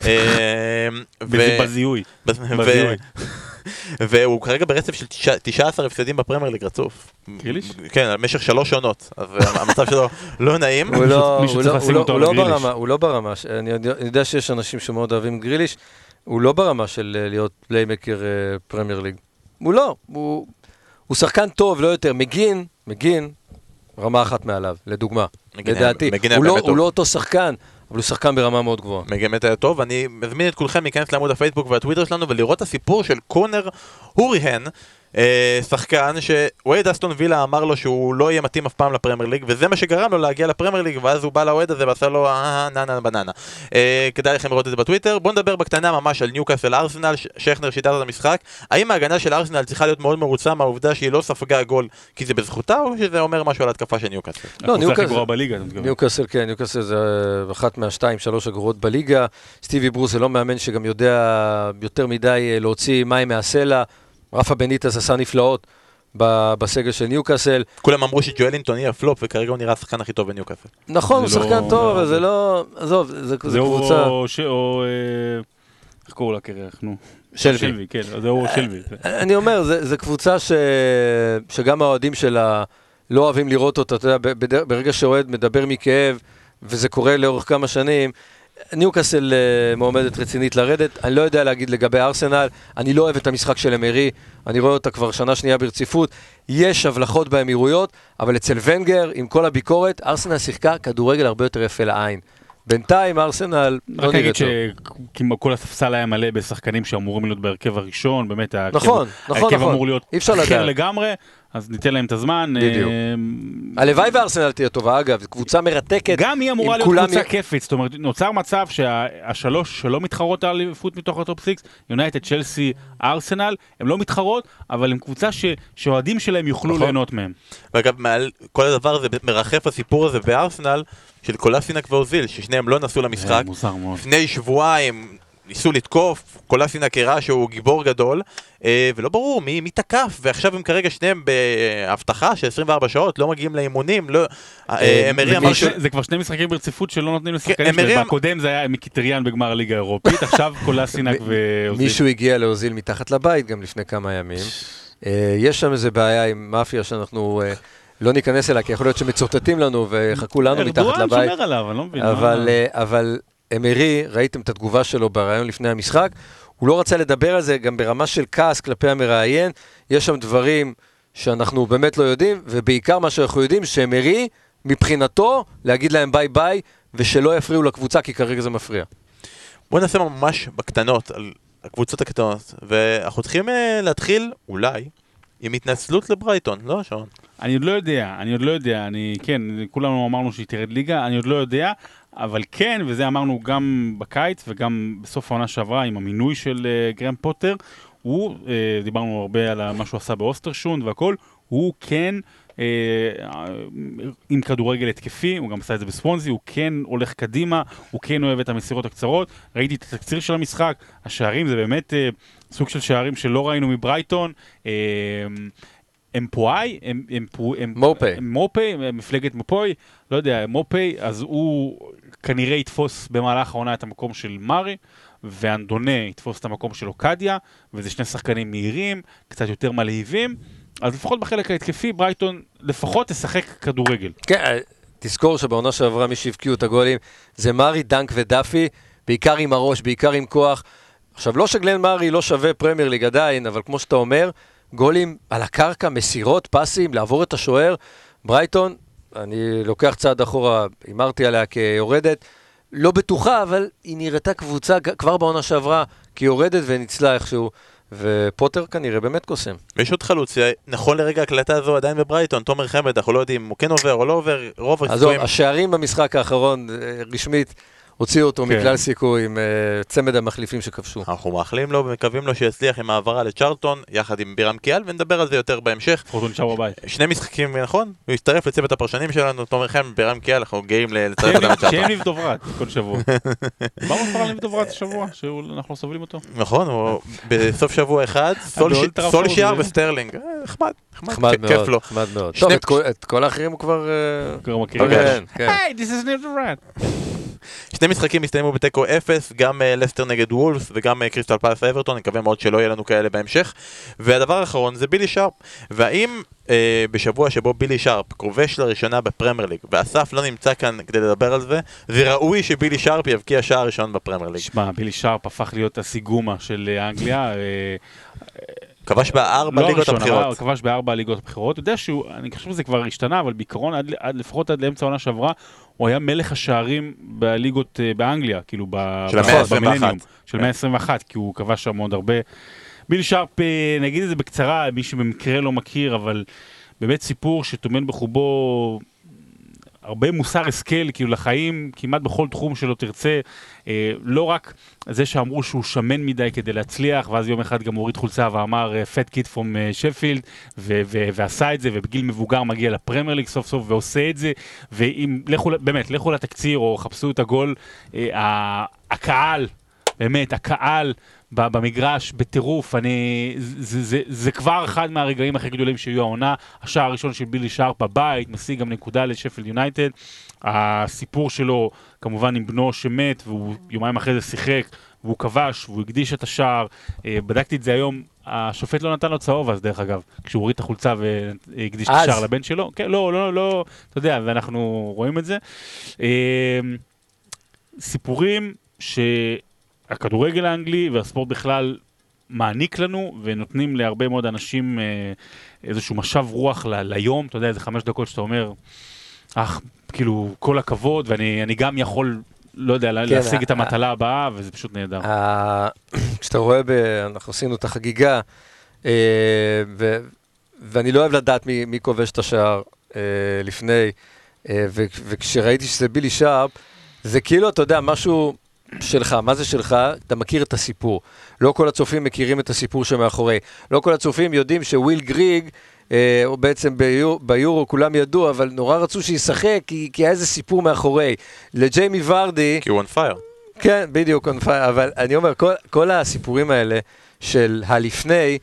בזיהוי. בזיהוי. והוא כרגע ברצף של תשעה עשר הפסדים בפרמייר ליג רצוף. גריליש? כן, במשך שלוש עונות. אז המצב שלו לא נעים. הוא לא ברמה, אני יודע שיש אנשים שמאוד אוהבים גריליש, הוא לא ברמה של להיות פליימקר פרמייר ליג. הוא לא, הוא שחקן טוב, לא יותר. מגין, מגין, רמה אחת מעליו, לדוגמה. לדעתי. הוא לא אותו שחקן, אבל הוא שחקן ברמה מאוד גבוהה. באמת היה טוב, אני מזמין את כולכם להיכנס לעמוד הפייסבוק והטוויטר שלנו ולראות את הסיפור של קונר הוריהן, שחקן שווייד אסטון וילה אמר לו שהוא לא יהיה מתאים אף פעם לפרמייר ליג, וזה מה שגרם לו להגיע לפרמייר ליג, ואז הוא בא לווייד הזה ועשה לו אה, ננה בננה. כדאי לכם לראות את זה בטוויטר. בואו נדבר בקטנה ממש על ניוקאסל ארסנל, שכנר שיטת את המשחק. האם ההגנה של ארסנל צריכה להיות מאוד מרוצה מהעובדה שהיא לא ספגה גול כי זה בזכותה, או שזה אומר משהו על התקפה של ניוקאסל? לא, ניוקאסל, כן, ניוקאסל זה אחת מהשתיים, שלוש הגרועות בליגה. סטיבי ברוס זה לא מאמן שגם יודע יותר מדי להוציא מים מהסלע. רפה בניטס עשה נפלאות בסגל של ניוקאסל. כולם אמרו שג'ואלינטון יהיה פלופ, וכרגע הוא נראה השחקן הכי טוב בניוקאסל. נכון, הוא שחקן טוב, אבל זה לא... עזוב, זה קבוצה... זה או... איך קוראים לה קרח, נו? שלוי. כן, זה הוא שלוי. אני אומר, זה קבוצה שגם האוהדים שלה לא אוהבים לראות אותה, אתה יודע, ברגע שאוהד מדבר מכאב, וזה קורה לאורך כמה שנים, ניוקאסל מועמדת רצינית לרדת. אני לא יודע להגיד לגבי ארסנל, אני לא אוהב את המשחק של אמרי, אני רואה אותה כבר שנה שנייה ברציפות, יש הבלחות באמירויות, אבל אצל ונגר, עם כל הביקורת, ארסנל שיחקה כדורגל הרבה יותר יפה לעין. בינתיים ארסנל לא נראית טוב. רק אגיד שכל הספסל היה מלא בשחקנים שאמורים להיות בהרכב הראשון, באמת נכון, נכון, ההרכב אמור להיות אחר לגמרי, אז ניתן להם את הזמן. בדיוק. הלוואי וארסנל תהיה טובה, אגב, קבוצה מרתקת. גם היא אמורה להיות קבוצה כיפית, זאת אומרת, נוצר מצב שהשלוש שלא מתחרות על אליפות מתוך הטופ סיקס, יונייטד, צ'לסי, ארסנל, הם לא מתחרות, אבל הם קבוצה שהאוהדים שלהם יוכלו ליהנות מהם. ואגב, מעל כל הדבר הזה, מרחף הסיפור הזה בארסנל, של קולאסינק ואוזיל, ששניהם לא נסעו למשחק. לפני שבועיים ניסו לתקוף, קולאסינק הראה שהוא גיבור גדול, ולא ברור מי, מי תקף, ועכשיו הם כרגע שניהם בהבטחה של עשרים וארבע שעות, לא מגיעים לאימונים, לא... זה כבר שני משחקים ברציפות שלא נותנים לשחקנים שלהם, בקודם זה היה מקיטריאן בגמר הליגה האירופית, עכשיו קולאסינק ואוזיל. מישהו הגיע לאוזיל מתחת לבית גם לפני כמה ימים. יש שם איזה בעיה עם מאפיה שאנחנו... לא ניכנס אליה, כי יכול להיות שמצוטטים לנו וחכו לנו מתחת לבית. ארדואן שומר עליו, אני לא מבין. אבל, אבל אמרי, ראיתם את התגובה שלו ברעיון לפני המשחק, הוא לא רצה לדבר על זה גם ברמה של כעס כלפי המראיין, יש שם דברים שאנחנו באמת לא יודעים, ובעיקר מה שאנחנו יודעים, שאמרי, מבחינתו, להגיד להם ביי ביי, ושלא יפריעו לקבוצה, כי כרגע זה מפריע. בואו נעשה ממש בקטנות, על הקבוצות הקטנות, ואנחנו צריכים להתחיל, אולי, עם התנצלות לברייטון, לא שרון? אני עוד לא יודע, אני עוד לא יודע, אני, כן, כולנו אמרנו שהיא תרד ליגה, אני עוד לא יודע, אבל כן, וזה אמרנו גם בקיץ וגם בסוף העונה שעברה עם המינוי של uh, גרם פוטר, הוא, uh, דיברנו הרבה על מה שהוא עשה באוסטרשונד והכל, הוא כן, uh, עם כדורגל התקפי, הוא גם עשה את זה בספונזי, הוא כן הולך קדימה, הוא כן אוהב את המסירות הקצרות, ראיתי את התקציר של המשחק, השערים זה באמת uh, סוג של שערים שלא ראינו מברייטון, uh, אמפואי, מופי, מופי, מפלגת מופוי, לא יודע, מופי, אז הוא כנראה יתפוס במהלך העונה את המקום של מרי, ואנדונה יתפוס את המקום של אוקדיה, וזה שני שחקנים מהירים, קצת יותר מלהיבים, אז לפחות בחלק ההתקפי, ברייטון לפחות תשחק כדורגל. כן, תזכור שבעונה שעברה מי שהבקיעו את הגולים, זה מרי, דנק ודאפי, בעיקר עם הראש, בעיקר עם כוח, עכשיו, לא שגלן מארי לא שווה פרמייר ליג עדיין, אבל כמו שאתה אומר, גולים על הקרקע, מסירות, פסים, לעבור את השוער, ברייטון, אני לוקח צעד אחורה, אמרתי עליה כיורדת, לא בטוחה, אבל היא נראתה קבוצה כבר בעונה שעברה, כי יורדת וניצלה איכשהו, ופוטר כנראה באמת קוסם. ויש עוד חלוץ, נכון לרגע הקלטה הזו עדיין בברייטון, תומר חמד, אנחנו לא יודעים, הוא כן עובר או לא עובר, רוב הסיכויים. אז השערים במשחק האחרון, רשמית, הוציאו אותו כן. מכלל סיכוי עם uh, צמד המחליפים שכבשו. אנחנו מאחלים לו ומקווים לו שיצליח עם העברה לצ'רלטון, יחד עם בירם קיאל, ונדבר על זה יותר בהמשך. פורטון נשאר בבית. שני משחקים, נכון? הוא יצטרף לצוות הפרשנים שלנו, תומר חמד, בירם קיאל, אנחנו גאים לצרף אדם לצ'רלטון. שאין ליב דוברת כל שבוע. מה הוא כבר ליב דוברת השבוע? שאנחנו לא סובלים אותו? נכון, הוא בסוף שבוע אחד, סולשיאר וסטרלינג. נחמד, נחמד, כיף לו. נחמד מאוד. טוב, את כל האחרים הוא כבר... כבר מכירים. היי, this is ליב דוברת. שני משחקים הסתיימו בתיקו אפס, גם לסטר נגד וולפס וגם קריסטל פלאס אברטון, נקווה מאוד שלא יהיה לנו כאלה בהמשך. והדבר האחרון זה בילי שרפ. והאם אה, בשבוע שבו בילי שרפ כובש לראשונה בפרמייר ליג, ואסף לא נמצא כאן כדי לדבר על זה, זה ראוי שבילי שרפ יבקיע שער ראשון בפרמייר ליג. שמע, בילי שרפ הפך להיות הסיגומה של אנגליה. אה, כבש בארבע לא ליגות הראשון, הבחירות. הוא כבש בארבע ליגות הבחירות. אתה יודע שהוא, אני חושב שזה כבר השתנה, אבל בעיקרון, עד, עד, לפחות עד לאמצע העונה שעברה, הוא היה מלך השערים בליגות באנגליה, כאילו של המאה ה-עשרים ואחת. של מאה ה-עשרים ואחת, כי הוא כבש שם מאוד הרבה. בילי שרפ, נגיד את זה בקצרה, מי שבמקרה לא מכיר, אבל באמת סיפור שטומן בחובו הרבה מוסר השכל, כאילו לחיים, כמעט בכל תחום שלא תרצה, אה, לא רק זה שאמרו שהוא שמן מדי כדי להצליח, ואז יום אחד גם הוריד חולצה ואמר פט קיד פרום שפילד, ועשה את זה, ובגיל מבוגר מגיע לפרמייר ליג סוף סוף ועושה את זה, ואם, לכו, באמת, לכו לתקציר או חפשו את הגול, אה, הקהל, באמת, הקהל, במגרש, בטירוף, אני, זה, זה, זה כבר אחד מהרגעים הכי גדולים שיהיו העונה, השער הראשון של בילי שרפ בבית, משיג גם נקודה לשפילד יונייטד, הסיפור שלו כמובן עם בנו שמת, והוא יומיים אחרי זה שיחק, והוא כבש, והוא הקדיש את השער, בדקתי את זה היום, השופט לא נתן לו צהוב אז דרך אגב, כשהוא הוריד את החולצה והקדיש את השער לבן שלו, כן, לא, לא, לא, אתה יודע, ואנחנו רואים את זה. סיפורים ש... הכדורגל האנגלי והספורט בכלל מעניק לנו ונותנים להרבה מאוד אנשים אה, איזשהו משב רוח ל- ליום, אתה יודע, איזה חמש דקות שאתה אומר, אך, כאילו, כל הכבוד, ואני אני גם יכול, לא יודע, כן, להשיג ה- את המטלה ה- הבאה, וזה פשוט נהדר. ה- כשאתה רואה, ב- אנחנו עשינו את החגיגה, אה, ו- ואני לא אוהב לדעת מי, מי כובש את השער אה, לפני, אה, ו- וכשראיתי שזה בילי שרפ, זה כאילו, אתה יודע, משהו... שלך, מה זה שלך? אתה מכיר את הסיפור. לא כל הצופים מכירים את הסיפור שמאחורי. לא כל הצופים יודעים שוויל גריג, אה, או בעצם ביור, ביורו כולם ידעו, אבל נורא רצו שישחק, כי, כי היה איזה סיפור מאחורי. לג'יימי ורדי... כי הוא on fire. כן, בדיוק on fire, אבל אני אומר, כל, כל הסיפורים האלה של הלפני,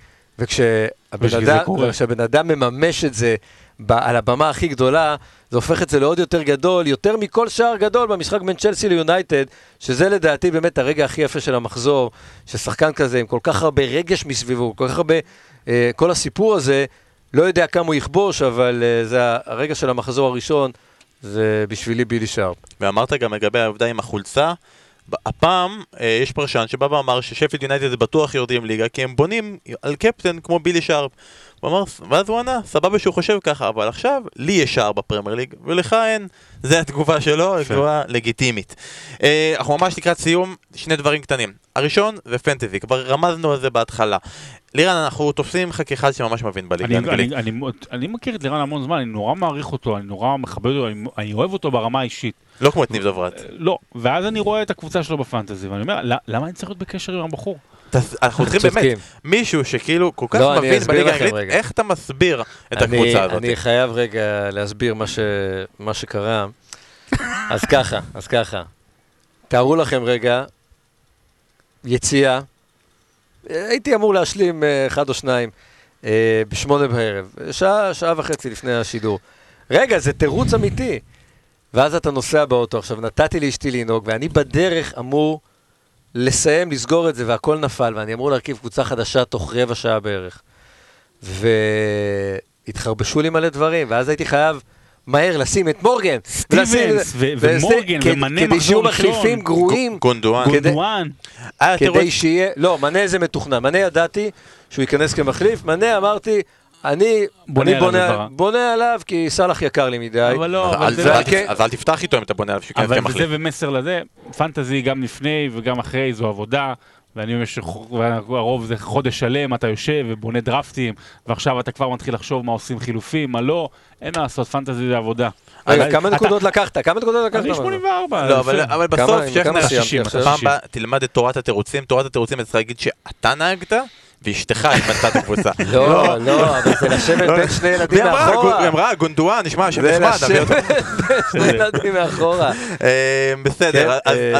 וכשהבן אדם, וכשהבן אדם מממש את זה על הבמה הכי גדולה, זה הופך את זה לעוד יותר גדול, יותר מכל שער גדול במשחק בין צ'לסי ליונייטד, שזה לדעתי באמת הרגע הכי יפה של המחזור, ששחקן כזה עם כל כך הרבה רגש מסביבו, כל כך הרבה, אה, כל הסיפור הזה, לא יודע כמה הוא יכבוש, אבל אה, זה הרגע של המחזור הראשון, זה בשבילי בילי שרפ. ואמרת גם לגבי העובדה עם החולצה, הפעם אה, יש פרשן שבא ואמר ששפילד יונייטד זה בטוח יורדים ליגה, כי הם בונים על קפטן כמו בילי שרפ. הוא אמר, ואז הוא ענה, סבבה שהוא חושב ככה, אבל עכשיו לי יש שער בפרמייר ליג, ולך אין, זה התגובה שלו, תגובה לגיטימית. אה, אנחנו ממש לקראת סיום, שני דברים קטנים. הראשון זה פנטזי, כבר רמזנו על זה בהתחלה. לירן, אנחנו תופסים ממך כאחד שממש מבין בליגה האנגלית. אני, אני, אני מכיר את לירן המון זמן, אני נורא מעריך אותו, אני נורא מכבד אותו, אני, אני אוהב אותו ברמה האישית. לא כמו את ניב דוברת. לא, ואז אני רואה את הקבוצה שלו בפנטזי, ואני אומר, למה אני צריך להיות בקשר עם הבחור? אנחנו צריכים באמת מישהו שכאילו כל כך מבין בליגה האנגלית, איך אתה מסביר את הקבוצה הזאת? אני חייב רגע להסביר מה שקרה. אז ככה, אז ככה. תארו לכם רגע, יציאה, הייתי אמור להשלים אחד או שניים בשמונה בערב, שעה, שעה וחצי לפני השידור. רגע, זה תירוץ אמיתי. ואז אתה נוסע באוטו. עכשיו, נתתי לאשתי לנהוג, ואני בדרך אמור לסיים, לסגור את זה, והכל נפל, ואני אמור להרכיב קבוצה חדשה תוך רבע שעה בערך. והתחרבשו לי מלא דברים, ואז הייתי חייב מהר לשים את מורגן. סטיבנס ומורגן ומנה כדי שיהיו מחזור ראשון. מחליפים גרועים. גונדואן. גונדואן. כדי שיהיה, לא, מנה זה מתוכנן. מנה ידעתי שהוא ייכנס כמחליף. מנה אמרתי, אני בונה עליו כי סלח יקר לי מדי. אבל לא, אז אל תפתח איתו אם אתה בונה עליו שייכנס כמחליף. אבל זה ומסר לזה, פנטזי גם לפני וגם אחרי זו עבודה. ואני אומר שהרוב זה חודש שלם, אתה יושב ובונה דרפטים, ועכשיו אתה כבר מתחיל לחשוב מה עושים חילופים, מה לא, אין מה לעשות, פנטזי זה עבודה. כמה נקודות לקחת? כמה נקודות לקחת? אני שמונים וארבע. לא, אבל בסוף, שכנר, פעם הבאה תלמד את תורת התירוצים, תורת התירוצים, אני צריך להגיד שאתה נהגת, ואשתך התבנתה את הקבוצה. לא, לא, אבל זה לשבת בין שני ילדים מאחורה. היא אמרה, גונדואן, נשמע שם נחמד. זה לשבת בין שני ילדים מאחורה. בסדר,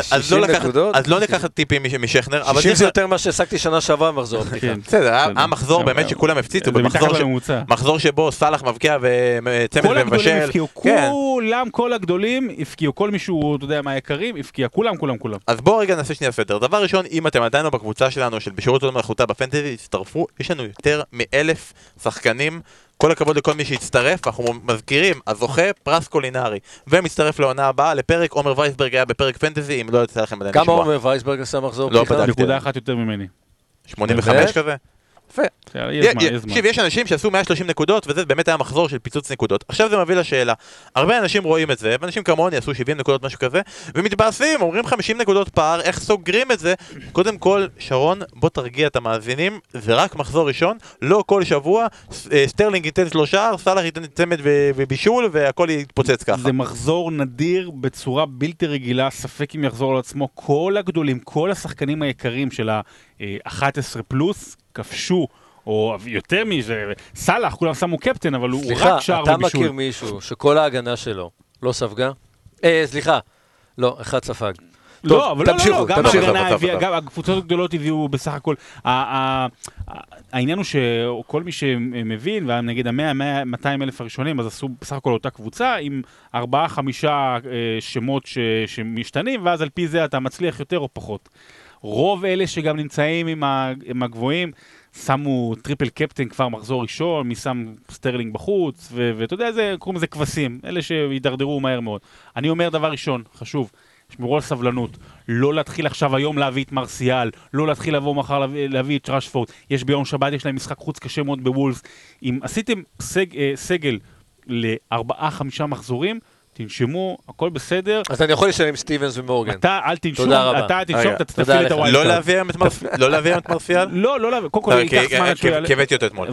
אז לא לקחת טיפים משכנר. שישים זה יותר מה שהעסקתי שנה שעברה במחזור. בסדר, היה מחזור באמת שכולם הפציצו, מחזור שבו סלח מבקיע וצמד כל הגדולים ומבשל. הפקיעו, כולם, כל הגדולים הפקיעו, כל מישהו, אתה יודע מה היקרים, הפקיע, כולם, כולם, כולם. אז בואו רגע נעשה שנייה סדר. דבר ראשון, אם אתם עדיין לא בקבוצה שלנו של בשירות עוד מלאכותה בפנטזי, הצטרפו, יש לנו יותר מאלף שחקנים, כל הכבוד לכל מי שהצטרף, אנחנו מזכירים, הזוכה פרס קולינרי, ומצטרף לעונה הבאה לפרק, עומר וייסברג היה בפרק פנטזי, אם לא יוצא לכם עדיין לשמוע. כמה עומר וייסברג עשה מחזור? לא בדקתי. נקודה אחת יותר ממני. שמונים וחמש כזה? יפה. תקשיב, יש אנשים שעשו מאה ושלושים נקודות, וזה באמת היה מחזור של פיצוץ נקודות. עכשיו זה מביא לשאלה, הרבה אנשים רואים את זה, ואנשים כמוני עשו שבעים נקודות, משהו כזה, ומתבאסים, אומרים חמישים נקודות פער, איך סוגרים את זה? קודם כל, שרון, בוא תרגיע את המאזינים, זה רק מחזור ראשון, לא כל שבוע, סטרלינג ייתן שלושה, סלח ייתן צמד ובישול, והכל יתפוצץ ככה. זה מחזור נדיר בצורה בלתי רגילה, ספק אם יחזור על עצמו, כל הגדולים, כל השחקנים היקרים של ה-אחת עשרה פלוס, כבשו, או יותר מזה, סלח, כולם שמו קפטן, אבל הוא רק שער ובישול. ובישול. אתה מכיר מישהו שכל ההגנה שלו לא ספגה? אה, סליחה, לא, אחד ספג. לא, אבל תמשיכו, לא, לא, גם תמשיכו. ההגנה הביאה, גם הקבוצות הגדולות הביאו בסך הכל. העניין הוא שכל מי שמבין, ונגיד ה-מאה מאתיים אלף הראשונים, אז עשו בסך הכל אותה קבוצה, עם ארבעה, חמישה שמות שמשתנים, ואז על פי זה אתה מצליח יותר או פחות. רוב אלה שגם נמצאים עם הגבוהים, שמו טריפל קפטן כבר מחזור ראשון, מי שם סטרלינג בחוץ, ואתה יודע, קוראים לזה כבשים, אלה שידרדרו מהר מאוד. אני אומר דבר ראשון, חשוב, שמרו על סבלנות, לא להתחיל עכשיו היום להביא את מרסיאל, לא להתחיל לבוא מחר להביא, להביא את רשפורד, יש ביום שבת, יש להם משחק חוץ קשה מאוד בוולס, אם עשיתם סג, סגל לארבעה, חמישה מחזורים, תנשמו, הכל בסדר. אז אני יכול לשלם סטיבנס ומורגן. אתה אל תנשום, אתה תנשום, אתה תפעיל את הווייל. לא להביא היום את מרסיאל? לא, לא להביא, קודם כל ייקח זמן עד שהוא יעלה. כיוויתי אותו אתמול.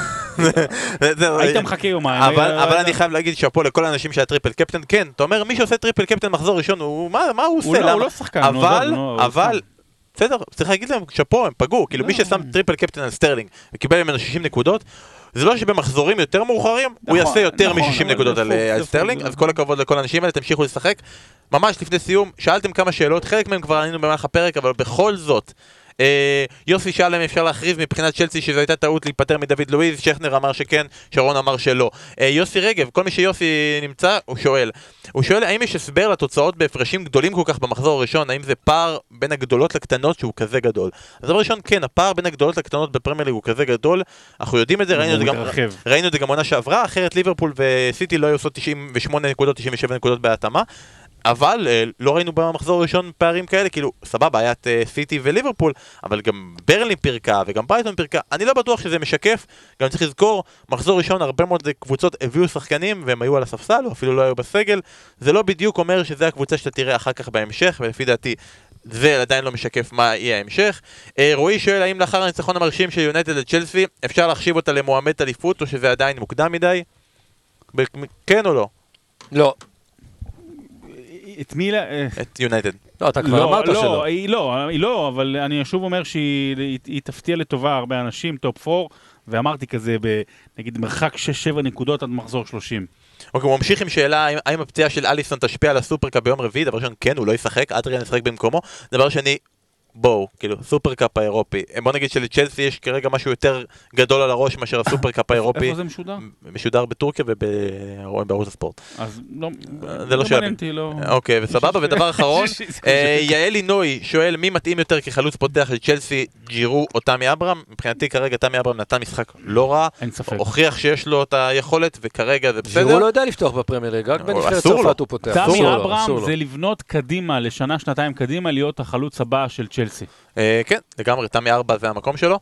היית מחכה יומיים. אבל אני חייב להגיד שאפו לכל האנשים שהיה טריפל קפטן, כן, אתה אומר, מי שעושה טריפל קפטן מחזור ראשון, מה הוא עושה? הוא לא שחקן. אבל, אבל, בסדר, צריך להגיד להם, שפו, הם פגעו, כאילו מי ששם טריפל קפטן על סטרלינג וקיבל ממנו שישים נקודות, זה לא שבמחזורים יותר מאוחרים, הוא יעשה יותר מ-שישים נקודות על סטרלינג, אז כל הכבוד לכל האנשים האלה, תמשיכו לשחק. ממש לפני סיום, שאלתם כמה שאלות, חלק מהם כבר ענינו במהלך הפרק, אבל בכל זאת, יוסי שאל אם אפשר להכריז מבחינת צ'לסי שזו הייתה טעות להיפטר מדוד לואיז, שכנר אמר שכן, שרון אמר שלא. יוסי רגב, כל מי שיוסי נמצא, הוא שואל, הוא שואל האם יש הסבר לתוצאות בהפרשים גדולים כל כך במחזור הראשון, האם זה פער בין הגדולות לקטנות שהוא כזה גדול. אז דבר ראשון, כן, הפער בין הגדולות לקטנות בפרמייר ליג הוא כזה גדול, אנחנו יודעים את זה, ראינו את זה גם, ראינו את זה גם עונה שעברה, אחרת ליברפול וסיטי לא היו עושות תשעים ושמונה נקודות, תשעים ושבע נקודות בהתאמה. אבל לא ראינו במחזור הראשון פערים כאלה, כאילו סבבה, היה את סיטי וליברפול, אבל גם ברלין פירקה וגם ברייטון פירקה, אני לא בטוח שזה משקף, גם צריך לזכור, מחזור ראשון הרבה מאוד קבוצות הביאו שחקנים והם היו על הספסל או אפילו לא היו בסגל, זה לא בדיוק אומר שזה הקבוצה שאתה תראה אחר כך בהמשך, ולפי דעתי זה עדיין לא משקף מה יהיה ההמשך. רועי שואל האם לאחר הניצחון המרשים של יונייטד לצ'לסי אפשר להחשיב אותה למועמד אליפות או שזה עדיין מוקדם מדי? כן או לא? לא. את מי? את יונייטד. לא, אתה כבר אמרת שלא. לא, היא לא, היא לא, אבל אני שוב אומר שהיא תפתיע לטובה הרבה אנשים, טופ ארבע, ואמרתי כזה, נגיד מרחק שש שבע נקודות עד מחזור שלושים. אוקיי, הוא ממשיך עם שאלה, האם הפציעה של אליסון תשפיע על הסופרקאפ ביום רביעי? דבר ראשון, כן, הוא לא ישחק, אדריאן ישחק במקומו. דבר שני, בואו, כאילו, סופרקאפ האירופי. בוא נגיד שלצ'לסי יש כרגע משהו יותר גדול על הראש מאשר הסופרקאפ האירופי. איפה זה משודר? משודר בטורקיה ובערוץ הספורט. אז לא, זה לא מעניין אותי, לא... אוקיי, וסבבה, ודבר אחרון, יעלי נוי שואל מי מתאים יותר כחלוץ פותח לצ'לסי, ג'ירו או תמי אברהם. מבחינתי כרגע תמי אברהם נתן משחק לא רע, אין ספק. הוכיח שיש לו את היכולת וכרגע זה בסדר. ג'ירו לא יודע לפתוח בפרמייר ליג, רק בנבחרת צרפת הוא פותח. תמי אברהם זה לבנות קדימה, לשנה, שנתיים קדימה, להיות החלוץ הבא של צ'לסי. כן, לגמרי, תמי ארבע זה המקום שלו.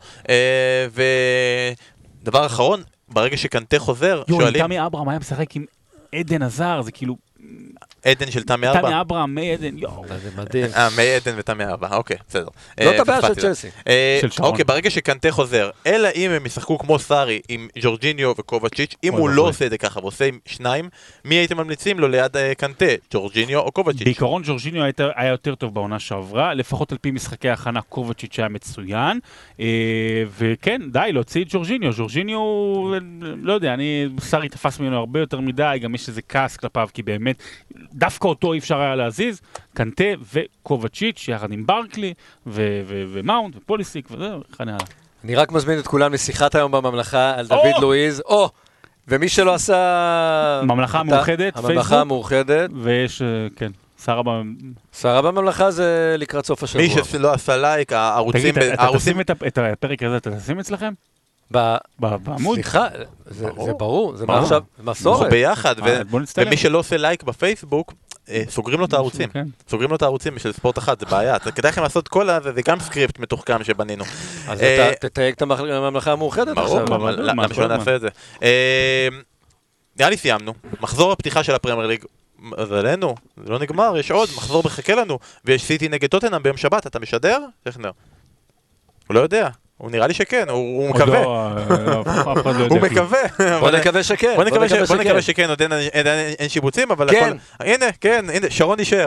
ודבר אחרון, ברגע שקנטה חוזר, שואלים... תמי אברהם היה משחק עם עדן עזר, זה כאילו... עדן של תמי ארבע? תמי אברהם, מי עדן, יואו. זה מדהים. אה, מי עדן ותמי ארבע, אוקיי, בסדר. זאת הבעיה של צ'לסי. אוקיי, ברגע שקנטה חוזר, אלא אם הם ישחקו כמו סארי עם ג'ורג'יניו וקובצ'יץ', אם הוא לא עושה את זה ככה ועושה עם שניים, מי הייתם ממליצים לו ליד קנטה, ג'ורג'יניו או קובצ'יץ'? בעיקרון ג'ורג'יניו היה יותר טוב בעונה שעברה, לפחות על פי משחקי ההכנה קובצ'יץ' היה מצוין, וכן, די, להוציא את ג'ורג'יניו. ג'ורג'יניו, לא יודע, אני, סארי תפס ממנו הרבה יותר מדי, גם יש איזה כעס כלפיו, כי באמת, דווקא אותו אי אפשר היה להזיז, קנטה וקובצ'יץ' יחד עם ברקלי ומאונט ופוליסיק וזהו, חנה הלאה. אני רק מזמין את כולם לשיחת היום בממלכה על דוד לואיז, או, ומי שלא עשה... ממלכה המאוחדת, פייסבוק. הממלכה המאוחדת. ויש, כן, שרה בממלכה. שרה בממלכה זה לקראת סוף השבוע. מי שלא עשה לייק, הערוצים... תגיד, אתה תשים את הפרק הזה, אתה תשים אצלכם? בעמוד? סליחה, זה ברור, זה מעכשיו מסורת. אנחנו ביחד, ומי שלא עושה לייק בפייסבוק, סוגרים לו את הערוצים. סוגרים לו את הערוצים של ספורט אחד, זה בעיה. כדאי לכם לעשות כל הזה, זה גם סקריפט מתוחכם שבנינו. אז תתייג את הממלכה המאוחדת עכשיו. ברור, למה שלא נעשה את זה? נראה לי סיימנו. מחזור הפתיחה של הפרמייר ליג. אז עלינו, זה לא נגמר, יש עוד, מחזור מחכה לנו. ויש סיטי נגד טוטנהאם ביום שבת, אתה משדר? שכנר. הוא לא יודע. הוא נראה לי שכן, הוא מקווה. הוא מקווה. בוא נקווה שכן. בוא נקווה שכן, עוד אין שיבוצים, אבל הכל... הנה, כן, הנה, שרון יישאר.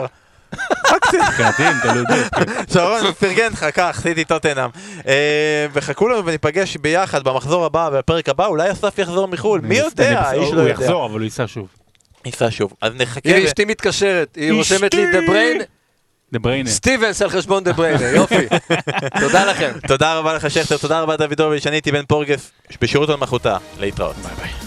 שרון, פרגן לך, כך, סיטי טוטנהאם. וחכו לנו וניפגש ביחד במחזור הבא ובפרק הבא, אולי אסף יחזור מחול, מי יודע? הוא יחזור, אבל הוא ייסע שוב. ייסע שוב, אז נחכה. הנה אשתי מתקשרת, היא רושמת לי דה בריין. דה בריינה. סטיבנס על חשבון דה בריינה, יופי. תודה לכם. תודה רבה לך שכתר, תודה רבה דוידוביץ', אני הייתי בן פורגס, בשירות המלכותה, להתראות. ביי ביי.